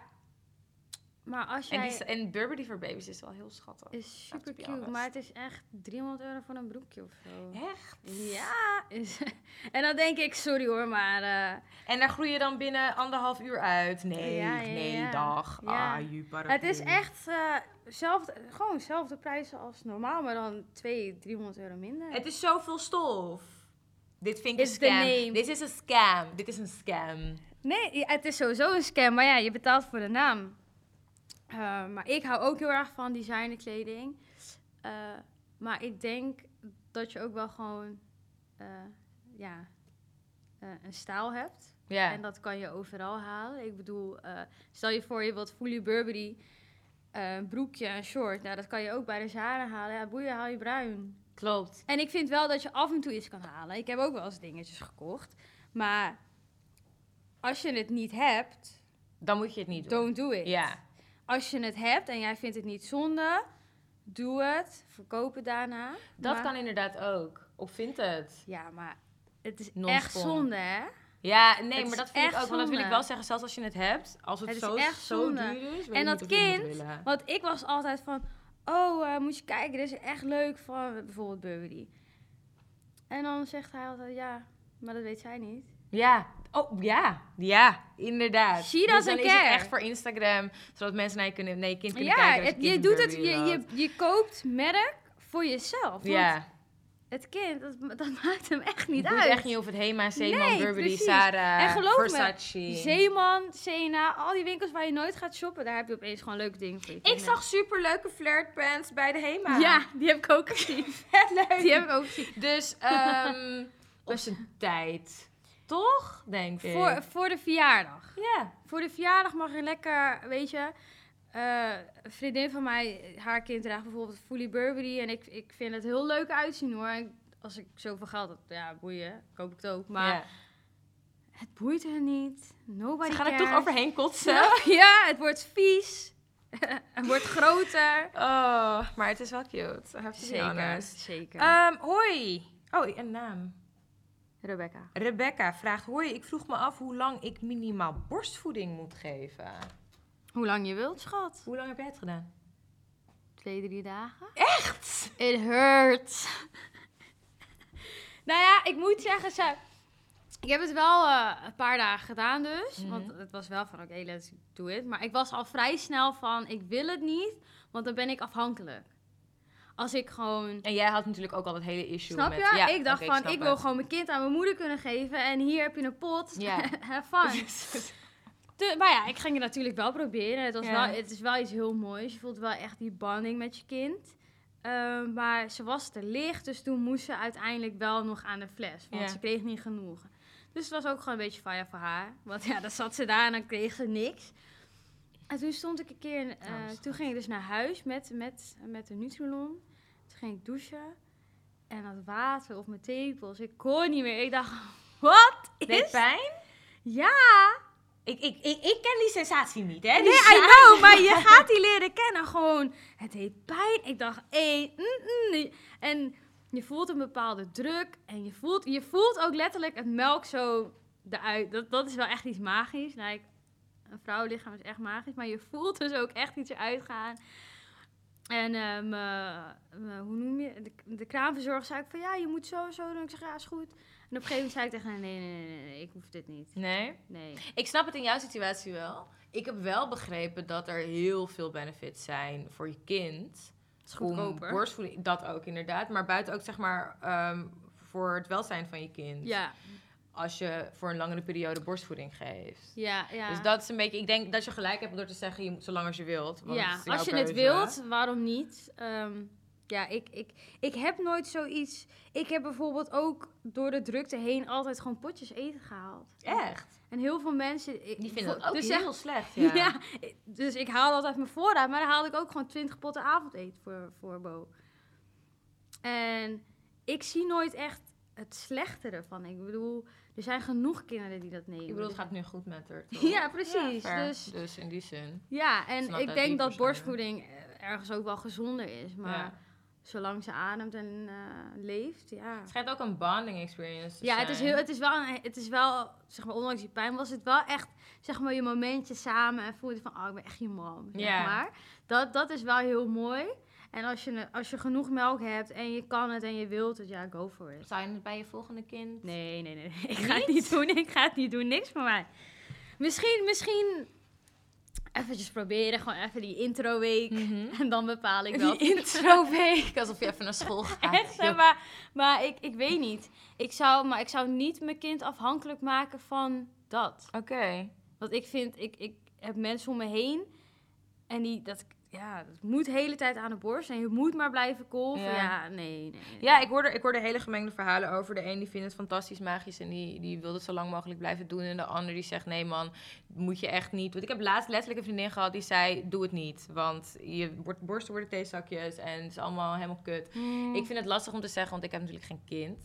B: Maar als
A: En,
B: jij...
A: die, en Burberry voor baby's is wel heel schattig.
B: is super
A: to be
B: cute,
A: honest.
B: maar het is echt driehonderd euro voor een broekje of zo.
A: Echt?
B: Ja. Is, en dan denk ik, sorry hoor, maar... uh,
A: En daar groei je dan binnen anderhalf uur uit? Nee,
B: Ja, ja,
A: nee,
B: ja.
A: dag.
B: Ja.
A: Ah, je
B: het is echt uh, zelfde, gewoon dezelfde prijzen als normaal, maar dan twee, driehonderd euro minder.
A: Het is zoveel stof. Dit vind ik
B: It's
A: een
B: the
A: scam.
B: name.
A: Dit is een scam. Dit is een scam.
B: Nee, ja, het is sowieso een scam, maar ja, je betaalt voor de naam. Uh, maar ik hou ook heel erg van designerkleding. Uh, maar ik denk dat je ook wel gewoon uh, ja, uh, een stijl hebt.
A: Ja.
B: En dat kan je overal halen. Ik bedoel, uh, stel je voor je wilt Fully Burberry, uh, een broekje, een short. Nou, dat kan je ook bij de Zara halen. Ja, boeien, haal je bruin.
A: Klopt.
B: En ik vind wel dat je af en toe iets kan halen. Ik heb ook wel eens dingetjes gekocht. Maar als je het niet hebt,
A: Dan moet je het niet doen.
B: don't do it.
A: Ja.
B: Als je het hebt en jij vindt het niet zonde, doe het. Verkoop het daarna.
A: Dat
B: Maar-
A: kan inderdaad ook. Of vindt het?
B: Ja, maar het is
A: Non-spon.
B: echt zonde, hè?
A: Ja, nee,
B: Het
A: maar
B: is
A: dat vind ik
B: echt
A: ook. Want dat wil ik
B: zonde.
A: wel zeggen, zelfs als je het hebt. Als het,
B: Het is
A: zo,
B: echt
A: zo
B: zonde.
A: duur is, weet
B: En
A: ik
B: dat
A: niet of je het moet
B: kind,
A: willen.
B: Want ik was altijd van, oh, uh, moet je kijken, dit is echt leuk van bijvoorbeeld Burberry. En dan zegt hij altijd, ja, maar dat weet zij niet.
A: Ja. Oh, ja. Ja, inderdaad.
B: She
A: Dus
B: doesn't
A: dan is het
B: care.
A: echt voor Instagram, zodat mensen naar je, kunnen, naar je kind kunnen
B: Ja,
A: kijken. als
B: het,
A: kind
B: je
A: een
B: doet het,
A: Burberry
B: je,
A: loopt.
B: je, je koopt merk voor jezelf. Want
A: Ja.
B: het kind, dat, dat maakt hem echt niet
A: Het moet
B: uit.
A: echt niet of het Hema, Zeeman,
B: Nee,
A: Burberry,
B: precies.
A: Zara,
B: En geloof me,
A: Versace.
B: Zeeman, Sena, al die winkels waar je nooit gaat shoppen, daar heb je opeens gewoon leuke dingen voor je
A: Ik
B: kinderen.
A: zag superleuke flirtpants bij de Hema.
B: Ja, die heb ik ook gezien.
A: vet leuk.
B: Die heb ik ook gezien.
A: Dus um, op zijn tijd. Toch, denk ik.
B: Voor, voor de verjaardag.
A: Ja.
B: Voor de verjaardag mag je lekker, weet je, uh, een vriendin van mij, haar kind draagt bijvoorbeeld Fully Burberry. En ik, ik vind het heel leuk uitzien hoor. En als ik zoveel geld heb, ja, boeien, koop ik het ook. Maar
A: Ja.
B: het boeit hen niet. Nobody
A: Ze gaan er
B: cares.
A: toch overheen kotsen.
B: Ja, het wordt vies. Het wordt groter.
A: Oh, maar het is wel cute. I have to be
B: Zeker,
A: honest.
B: zeker.
A: Um, hoi. Oh, een naam.
B: Rebecca.
A: Rebecca vraagt, hoi, ik vroeg me af hoe lang ik minimaal borstvoeding moet geven.
B: Hoe lang je wilt, schat?
A: Hoe lang heb jij het gedaan?
B: Twee, drie dagen.
A: Echt?
B: It hurts. Nou ja, ik moet zeggen, ze, ik heb het wel uh, een paar dagen gedaan dus. Mm-hmm. Want het was wel van, oké, okay, let's do it. Maar ik was al vrij snel van, ik wil het niet, want dan ben ik afhankelijk. Als ik gewoon...
A: En jij had natuurlijk ook al het hele issue
B: snap
A: met...
B: je?
A: Ja,
B: ik dacht
A: okay,
B: van,
A: ik,
B: ik wil gewoon mijn kind aan mijn moeder kunnen geven. En hier heb je een pot.
A: Ja.
B: Have fun. De, maar ja, ik ging het natuurlijk wel proberen. Het, was
A: ja.
B: wel, het is wel iets heel moois. Je voelt wel echt die bonding met je kind. Uh, maar ze was te licht, dus toen moest ze uiteindelijk wel nog aan de fles. Want ja. ze kreeg niet genoeg. Dus het was ook gewoon een beetje fire voor haar. Want ja, dan zat ze daar en dan kreeg ze niks. En toen stond ik een keer... Uh, oh, toen ging ik dus naar huis met, met, met de Nutrilon. Toen ging ik douchen. En dat water op mijn tepels. Ik kon niet meer. Ik dacht, wat is...
A: Deed pijn?
B: Ja.
A: Ik, ik, ik, ik ken die sensatie niet, hè? Die
B: nee, I know, maar je gaat die leren kennen. Gewoon, het deed pijn. Ik dacht, hé, mm, mm. En je voelt een bepaalde druk. En je voelt, je voelt ook letterlijk het melk zo eruit. Dat, dat is wel echt iets magisch. Nou, ik, een vrouwenlichaam is echt magisch. Maar je voelt dus ook echt iets eruit gaan. En uh, me, me, hoe noem je de, de kraamverzorger zei ik van, ja, je moet zo en zo doen. Ik zeg, ja, is goed. En op een gegeven moment zei ik tegen haar, nee, nee, nee, nee, nee, ik hoef dit niet.
A: Nee?
B: Nee.
A: Ik snap het in jouw situatie wel. Ik heb wel begrepen dat er heel veel benefits zijn voor je kind.
B: Het is goedkoper.
A: Om borstvoeding, dat ook inderdaad. Maar buiten ook, zeg maar, um, voor het welzijn van je kind.
B: Ja.
A: Als je voor een langere periode borstvoeding geeft.
B: Ja, ja.
A: Dus dat is een beetje... Ik denk dat je gelijk hebt door te zeggen, je moet zolang als je wilt. Want
B: ja, als je het wilt, waarom niet? Um, ja, ik, ik, ik heb nooit zoiets... Ik heb bijvoorbeeld ook door de drukte heen altijd gewoon potjes eten gehaald.
A: Echt?
B: En heel veel mensen... Ik,
A: die vinden dat ook
B: dus
A: heel
B: echt,
A: slecht, ja.
B: ja. Dus ik haalde altijd mijn voorraad, maar dan haalde ik ook gewoon twintig potten avondeten voor, voor Bo. En ik zie nooit echt het slechte ervan. Ik bedoel, er zijn genoeg kinderen die dat nemen.
A: Ik bedoel, het gaat nu goed met haar, toch?
B: Ja, precies.
A: Ja,
B: dus,
A: dus in die zin.
B: Ja, en ik denk dat borstvoeding ergens ook wel gezonder is. Maar ja. zolang ze ademt en uh, leeft, ja.
A: Het schijnt ook een bonding experience te
B: ja,
A: zijn.
B: het is, heel, het is wel, een, het is wel, zeg maar, ondanks die pijn was het wel echt, zeg maar, je momentje samen. En voel je van, oh, ik ben echt je mom, zeg ja. maar. Dat, dat is wel heel mooi. En als je, als je genoeg melk hebt en je kan het en je wilt het, ja, go for it.
A: Zou je het bij je volgende kind?
B: Nee, nee, nee. nee. Ik ga het niet doen. Ik ga het niet doen. Niks voor mij. Misschien, misschien eventjes proberen. Gewoon even die introweek. Mm-hmm. En dan bepaal ik wel.
A: Die introweek. Alsof je even naar school gaat.
B: Echt, zeg maar. Maar ik, ik weet niet. Ik zou, maar ik zou niet mijn kind afhankelijk maken van dat.
A: Oké. Okay.
B: Want ik vind, ik, ik heb mensen om me heen. En die, dat... Ja, dat moet de hele tijd aan de borst. En je moet maar blijven kolven. Ja, ja nee, nee, nee.
A: Ja, ik hoorde, ik hoorde hele gemengde verhalen over. De een die vindt het fantastisch magisch en die, die wil het zo lang mogelijk blijven doen. En de ander die zegt, nee man, moet je echt niet. Want ik heb laatst letterlijk een vriendin gehad die zei, doe het niet. Want je borsten worden theezakjes en het is allemaal helemaal kut. Mm. Ik vind het lastig om te zeggen, want ik heb natuurlijk geen kind.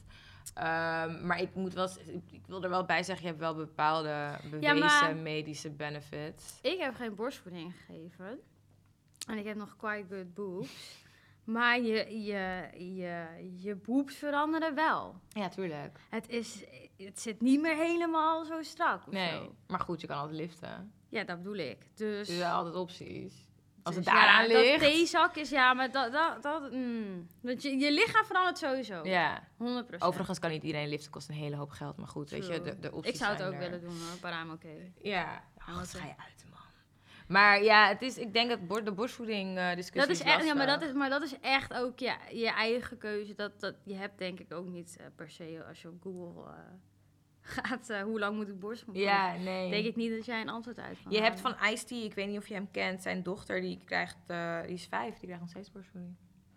A: Um, maar ik moet wel, ik wil er wel bij zeggen, je hebt wel bepaalde bewezen ja, medische benefits.
B: Ik heb geen borstvoeding gegeven. En ik heb nog quite good boobs. Maar je, je, je, je boobs veranderen wel.
A: Ja, tuurlijk.
B: Het, is, het zit niet meer helemaal zo strak of
A: nee,
B: zo.
A: Maar goed, je kan altijd liften.
B: Ja, dat bedoel ik. Dus
A: er zijn altijd opties. Als
B: dus
A: het daaraan
B: ja,
A: ligt.
B: Dat theezak is, ja, maar dat... dat, dat mm. Want je, je lichaam verandert sowieso.
A: Ja.
B: honderd procent.
A: Overigens kan niet iedereen liften, kost een hele hoop geld. Maar goed, True. weet je, de, de opties
B: Ik zou het ook
A: er.
B: willen doen hoor, maar I'm oké. Okay.
A: Ja, oh, wat ga je uit, man. Maar ja, het is, ik denk dat bo- de borstvoeding uh, discussie
B: dat is,
A: is
B: echt, ja, maar dat is, maar dat is echt ook ja, je eigen keuze. Dat, dat, je hebt denk ik ook niet uh, per se, als je op Google uh, gaat, uh, hoe lang moet ik borstvoeding?
A: Ja, nee.
B: Denk ik niet dat jij een antwoord uit kan
A: Je
B: halen.
A: hebt van Ice-T, ik weet niet of je hem kent, zijn dochter, die krijgt, uh, die is vijf, die krijgt nog steeds borstvoeding.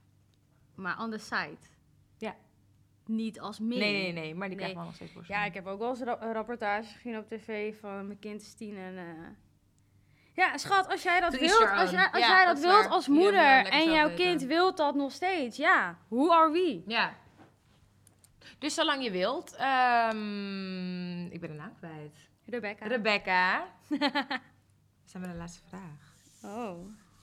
B: Maar on the side?
A: Ja.
B: Niet als meer?
A: Nee, nee, nee, maar die nee. krijgt wel nog steeds borstvoeding.
B: Ja, ik heb ook wel eens ra- een rapportage gezien op tv van mijn kind is tien en... Uh, Ja, schat, als jij dat
A: To
B: wilt,
A: each their
B: als
A: own.
B: jij, als
A: Ja,
B: jij
A: dat
B: dat
A: is
B: wilt
A: waar.
B: als
A: Iedereen moet
B: moeder
A: lekker
B: en
A: zelf
B: jouw
A: weten.
B: kind wil dat nog steeds, ja, who are we?
A: Ja. Dus zolang je wilt. ehm, ik ben de naam kwijt.
B: Rebecca.
A: Rebecca. We zijn bij de laatste vraag.
B: Oh.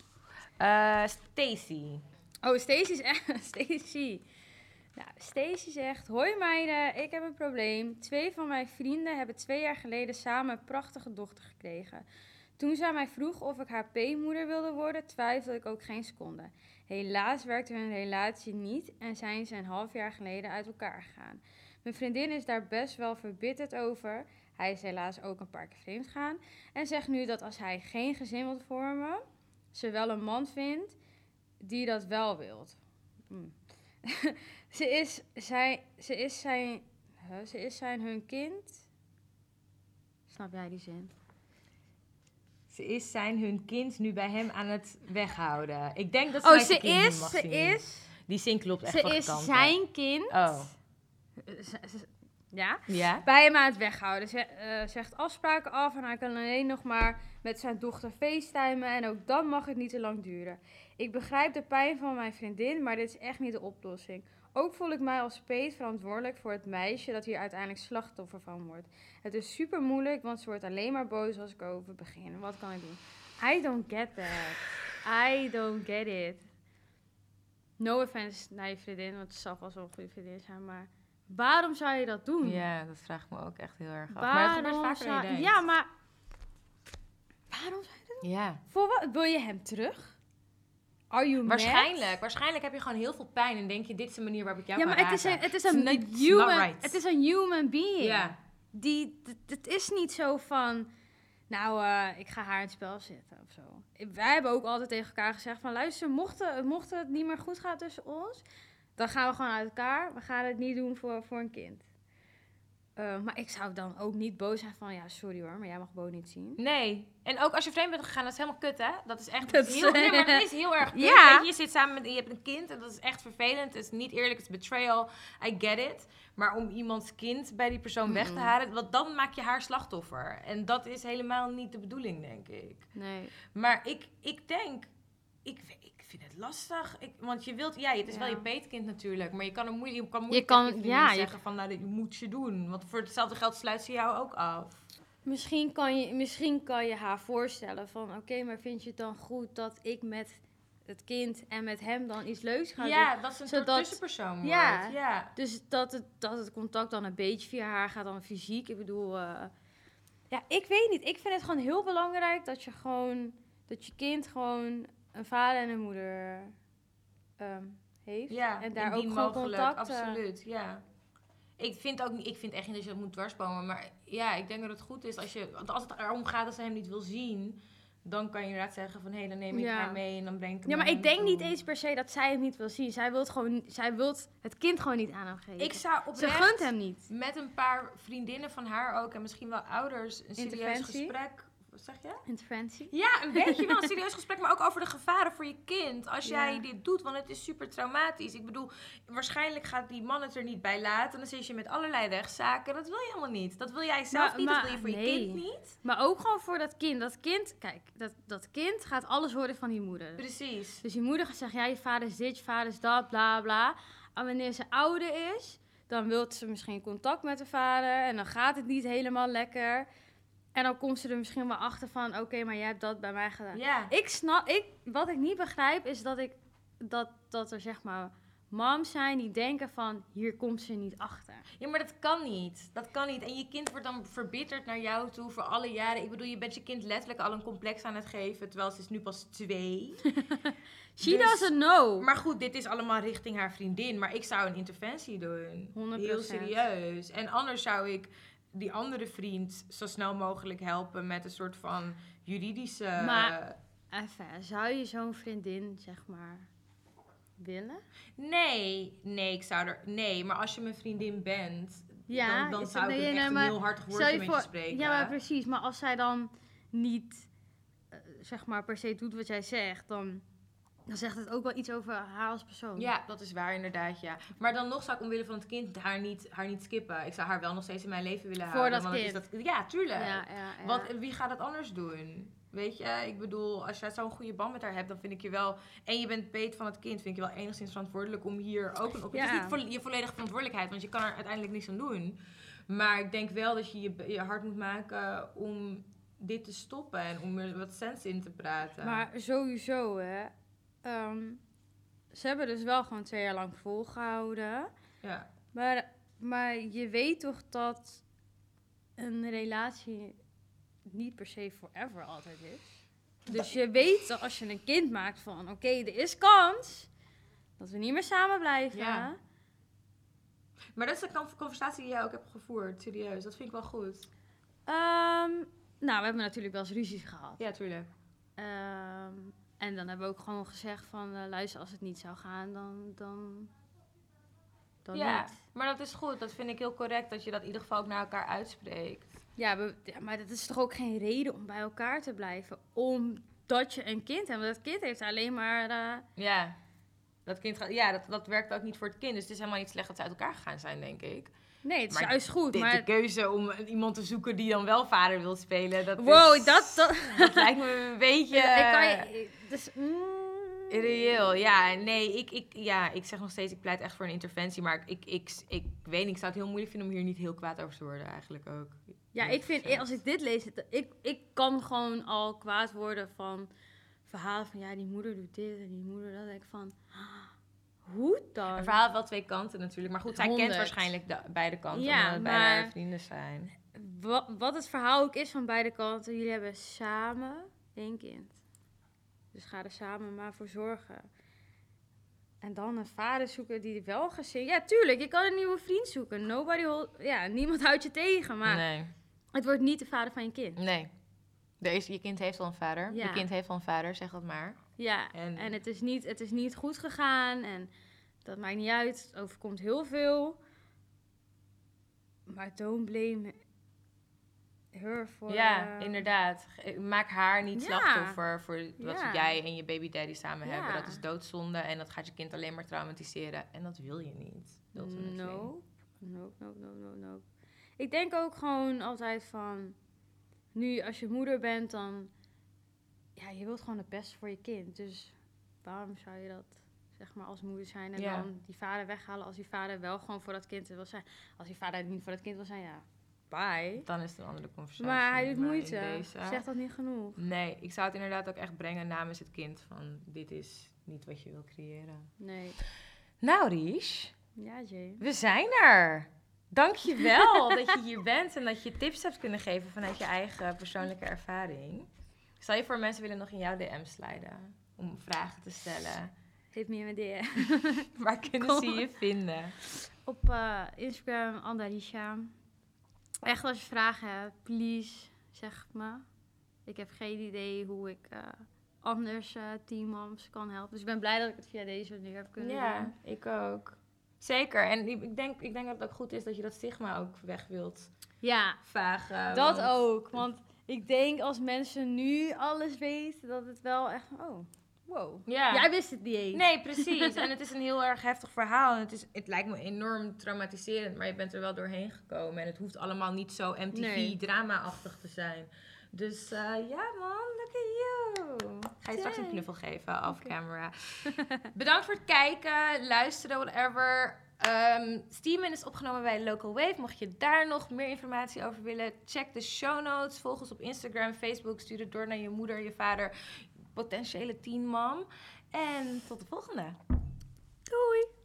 A: Eh Stacy.
B: Oh, Stacey is echt... Stacey. Nou, Stacey zegt... Hoi meiden, ik heb een probleem. Twee van mijn vrienden hebben twee jaar geleden samen een prachtige dochter gekregen. Toen zij mij vroeg of ik haar peetmoeder wilde worden, twijfelde ik ook geen seconde. Helaas werkte hun relatie niet en zijn ze een half jaar geleden uit elkaar gegaan. Mijn vriendin is daar best wel verbitterd over. Hij is helaas ook een paar keer vreemd gegaan. En zegt nu dat als hij geen gezin wil vormen, ze wel een man vindt die dat wel wilt. Hmm. ze, is, zij, ze, is zijn, huh, ze is zijn hun kind. Snap jij die zin?
A: Ze is zijn hun kind nu bij hem aan het weghouden. Ik denk dat ze
B: Oh,
A: mijn
B: ze
A: kind niet
B: is,
A: mag
B: ze
A: zien.
B: is,
A: Die zin klopt echt
B: ze
A: van
B: is
A: kanten.
B: zijn kind.
A: Oh.
B: Z- z- Ja?
A: Ja?
B: Bij hem aan het weghouden. Ze eh, zegt afspraken af en hij kan alleen nog maar met zijn dochter facetimen. En ook dan mag het niet te lang duren. Ik begrijp de pijn van mijn vriendin, maar dit is echt niet de oplossing. Ook voel ik mij als peet verantwoordelijk voor het meisje dat hier uiteindelijk slachtoffer van wordt. Het is super moeilijk, want ze wordt alleen maar boos als ik over begin. Wat kan ik doen? I don't get that. I don't get it. No offense naar je vriendin, want het zal vast wel een goede vriendin zijn, maar waarom zou je dat doen?
A: Ja, dat vraag ik me ook echt heel erg af. Maar het gebeurt
B: Waarom
A: vaker dan je
B: zou...
A: denkt.
B: Ja, maar... Waarom zou je dat doen?
A: Ja.
B: Voor wat? Wil je hem terug? Are you mad?
A: Waarschijnlijk. Waarschijnlijk heb je gewoon heel veel pijn en denk je, dit is de manier waarop ik jou
B: Ja,
A: kan
B: maar het is
A: raken.
B: een, het is
A: It's
B: een
A: not- it's not
B: human...
A: right.
B: Het is een human being.
A: Ja.
B: Die, het, het is niet zo van... Nou, eh, ik ga haar in het spel zetten of zo. Wij hebben ook altijd tegen elkaar gezegd van... Luister, mocht het, mocht het niet meer goed gaan tussen ons... Dan gaan we gewoon uit elkaar. We gaan het niet doen voor, voor een kind. Uh, maar ik zou dan ook niet boos zijn van... Ja, sorry hoor, maar jij mag Bo niet zien.
A: Nee. En ook als je vreemd bent gegaan, dat is helemaal kut, hè? Dat is echt
B: Dat is-
A: heel... Nee, maar dat is heel erg kut.
B: Ja.
A: Weet je, je zit samen met... Je hebt een kind en dat is echt vervelend. Het is niet eerlijk, het is betrayal. I get it. Maar om iemands kind bij die persoon weg te
B: Mm-mm.
A: halen... Want dan maak je haar slachtoffer. En dat is helemaal niet de bedoeling, denk ik.
B: Nee.
A: Maar ik, ik denk... Ik, ik vind het lastig. Ik, want je wilt... Ja, het is
B: Ja.
A: wel je peetkind natuurlijk. Maar je kan, een moeilijk, je kan moeilijk
B: kan-
A: tegen je vriendin
B: ja, je-
A: zeggen van... Nou, dit moet je doen. Want voor hetzelfde geld sluit ze jou ook af.
B: Misschien kan je, misschien kan je haar voorstellen van... Oké, maar vind je het dan goed dat ik met het kind en met hem dan iets leuks ga doen?
A: Ja, dat is een soort
B: Zodat-
A: tussenpersoon wordt.
B: Ja.
A: Ja.
B: Dus dat het, dat het contact dan een beetje via haar gaat dan fysiek. Ik bedoel... eh, ja, ik weet niet. Ik vind het gewoon heel belangrijk dat je gewoon... Dat je kind gewoon een vader en een moeder ehm, heeft.
A: Ja,
B: en daar ook
A: indien
B: gewoon
A: mogelijk,
B: contact... eh,
A: absoluut, ja. Ik vind ook niet, ik vind echt niet dat je dat moet dwarsbomen, maar ja, ik denk dat het goed is als je, want als het erom gaat dat ze hem niet wil zien, dan kan je inderdaad zeggen van, hé, hey, dan neem ik
B: Ja.
A: haar mee en dan breng ik hem
B: Ja, maar
A: naar
B: ik
A: hem
B: denk niet
A: toe.
B: eens per se dat zij hem niet wil zien. Zij wil gewoon, zij wil het kind gewoon niet aan hem geven.
A: Ik zou
B: Ze
A: oprecht
B: gunt hem niet.
A: met een paar vriendinnen van haar ook en misschien wel ouders een serieus
B: Interventie?
A: gesprek, wat zeg je?
B: Interventie.
A: Ja, een beetje wel een serieus gesprek, maar ook over de gevaren voor je kind. Als
B: Ja.
A: jij dit doet, want het is super traumatisch. Ik bedoel, waarschijnlijk gaat die man het er niet bij laten. En dan zit je met allerlei rechtszaken. Dat wil je helemaal niet. Dat wil jij zelf
B: Maar-
A: niet,
B: maar-
A: dat wil je voor je
B: nee.
A: kind niet.
B: Maar ook gewoon voor dat kind. Dat kind, kijk, dat, dat kind gaat alles horen van die moeder.
A: Precies.
B: Dus die moeder gaat zeggen, ja, je vader is dit, je vader is dat, bla bla. En wanneer ze ouder is, dan wil ze misschien contact met de vader. En dan gaat het niet helemaal lekker. En dan komt ze er misschien wel achter van, oké, maar jij hebt dat bij mij gedaan.
A: Ja.
B: Ik snap, ik, wat ik niet begrijp is dat, ik, dat, dat er zeg maar moms zijn die denken van, hier komt ze niet achter.
A: Ja, maar dat kan niet. Dat kan niet. En je kind wordt dan verbitterd naar jou toe voor alle jaren. Ik bedoel, je bent je kind letterlijk al een complex aan het geven, terwijl ze is nu pas twee.
B: She
A: Dus-
B: doesn't know.
A: Maar goed, dit is allemaal richting haar vriendin. Maar ik zou een interventie doen.
B: honderd
A: Heel
B: procent.
A: serieus. En anders zou ik die andere vriend zo snel mogelijk helpen met een soort van juridische...
B: Maar- Even, zou je zo'n vriendin, zeg maar, willen?
A: Nee, nee, ik zou er... Nee, maar als je mijn vriendin bent,
B: Ja,
A: dan, dan
B: is-
A: zou ik
B: nee,
A: echt
B: nee,
A: een
B: maar
A: heel hartig
B: Stel
A: woordje
B: je
A: met
B: voor-
A: je spreken.
B: Ja, maar precies. Maar als zij dan niet, eh, zeg maar, per se doet wat jij zegt, dan dan zegt het ook wel iets over haar als persoon.
A: Ja, dat is waar inderdaad, ja. Maar dan nog zou ik omwille van het kind haar niet, haar niet skippen. Ik zou haar wel nog steeds in mijn leven willen
B: Voor
A: houden.
B: dat
A: want
B: kind.
A: Het is dat, ja, tuurlijk.
B: Ja, ja, ja.
A: Want wie gaat dat anders doen? Weet je, ik bedoel, als jij zo'n goede band met haar hebt, dan vind ik je wel... En je bent peet van het kind, vind ik je wel enigszins verantwoordelijk om hier ook... Een,
B: Ja.
A: Het is niet vo- je volledige verantwoordelijkheid, want je kan er uiteindelijk niks aan doen. Maar ik denk wel dat je je, je hard moet maken om dit te stoppen en om er wat sens in te praten.
B: Maar sowieso, hè. Um, ze hebben dus wel gewoon twee jaar lang volgehouden.
A: Ja.
B: Maar, maar je weet toch dat een relatie niet per se forever altijd is. Dus je weet dat als je een kind maakt van... Oké, okay, er is kans dat we niet meer samen blijven.
A: Ja. Maar dat is een conversatie die jij ook hebt gevoerd, serieus. Dat vind ik wel goed.
B: Um, nou, we hebben natuurlijk wel eens ruzies gehad.
A: Ja, tuurlijk.
B: Um, en dan hebben we ook gewoon gezegd van... Uh, luister, als het niet zou gaan, dan... dan, dan
A: ja,
B: niet.
A: Maar dat is goed. Dat vind ik heel correct, dat je dat in ieder geval ook naar elkaar uitspreekt.
B: Ja, we, ja, maar dat is toch ook geen reden om bij elkaar te blijven? Omdat je een kind hebt. Want dat kind heeft alleen maar... Uh...
A: Ja, dat, kind gaat, ja dat, dat werkt ook niet voor het kind. Dus het is helemaal niet slecht dat ze uit elkaar gegaan zijn, denk ik.
B: Nee, het is
A: maar
B: juist goed.
A: De,
B: maar
A: de keuze om iemand te zoeken die dan wel vader wil spelen... Dat
B: wow,
A: is,
B: dat, dat...
A: dat lijkt me een beetje...
B: ik kan je... Dus, mm...
A: Irreëel, ja. Nee, ik, ik, ja, ik zeg nog steeds, ik pleit echt voor een interventie. Maar ik, ik, ik, ik weet niet, ik zou het heel moeilijk vinden om hier niet heel kwaad over te worden eigenlijk ook.
B: Ja, ik vind, als ik dit lees, het, ik, ik kan gewoon al kwaad worden van verhalen van... Ja, die moeder doet dit en die moeder dat. En ik van, hoe dan?
A: Een verhaal heeft wel twee kanten natuurlijk. Maar goed, zij
B: honderd
A: kent waarschijnlijk de, beide kanten.
B: Ja,
A: omdat het
B: maar-
A: beide haar vrienden zijn.
B: Wat, wat het verhaal ook is van beide kanten, jullie hebben samen één kind. Dus ga er samen maar voor zorgen. En dan een vader zoeken die wel gezin... Ja, tuurlijk, je kan een nieuwe vriend zoeken. Nobody hold, ja, niemand houdt je tegen, maar
A: Nee,
B: het wordt niet de vader van je kind.
A: nee. Er is, je kind heeft al een vader.
B: Ja.
A: Je kind heeft al een vader, zeg dat maar.
B: Ja,
A: En-
B: en, het, is niet, het is niet goed gegaan en dat maakt niet uit. Het overkomt heel veel. Maar don't blame her voor...
A: Ja,
B: uh,
A: inderdaad. Ge- Maak haar niet
B: Ja.
A: slachtoffer voor wat
B: Ja.
A: jij en je baby daddy samen
B: Ja.
A: hebben. Dat is doodzonde en dat gaat je kind alleen maar traumatiseren. En dat wil je niet. Ultimately.
B: Nope. Nope, nope, nope, nope, nope. Ik denk ook gewoon altijd van... Nu, als je moeder bent, dan... Ja, je wilt gewoon het beste voor je kind. Dus waarom zou je dat, zeg maar, als moeder zijn... en
A: Ja.
B: dan die vader weghalen als die vader wel gewoon voor dat kind wil zijn? Als die vader niet voor dat kind wil zijn, ja, bye.
A: Dan is het een andere conversatie.
B: Maar hij doet
A: Maar in
B: moeite.
A: deze-
B: Zegt dat niet genoeg?
A: Nee, ik zou het inderdaad ook echt brengen namens het kind. Van, dit is niet wat je wil creëren.
B: Nee.
A: Nou, Ries,
B: Ja, Jay.
A: we zijn er. Dank je wel dat je hier bent en dat je tips hebt kunnen geven vanuit je eigen persoonlijke ervaring. Zou je voor mensen willen nog in jouw D M sliden om vragen te stellen?
B: Hit me in mijn D M.
A: Waar kunnen
B: Kom.
A: ze je vinden?
B: Op uh, Instagram, Andarisha. Echt, als je vragen hebt, please, zeg het me. Ik heb geen idee hoe ik uh, anders uh, teammoms kan helpen. Dus ik ben blij dat ik het via deze manier heb kunnen
A: Ja,
B: doen.
A: ik ook. Zeker. En ik ik denk, ik denk dat het ook goed is dat je dat stigma ook weg wilt
B: Ja,
A: vagen.
B: dat
A: want-
B: ook. Want ik denk als mensen nu alles weten, dat het wel echt... Oh, wow.
A: Ja.
B: Jij wist het niet eens.
A: Nee, precies. En het is een heel erg heftig verhaal. En het, is, het lijkt me enorm traumatiserend, maar je bent er wel doorheen gekomen. En het hoeft allemaal niet zo M T
B: Nee.
A: V-drama-achtig te zijn. Dus uh, ja man, look at you. Ga je straks een
B: Yay.
A: knuffel geven, off
B: Oké.
A: camera. Bedankt voor het kijken, luisteren, whatever. Um, Steamin is opgenomen bij Local Wave. Mocht je daar nog meer informatie over willen, check de show notes. Volg ons op Instagram, Facebook. Stuur het door naar je moeder, je vader, potentiële teenmom. En tot de volgende.
B: Doei.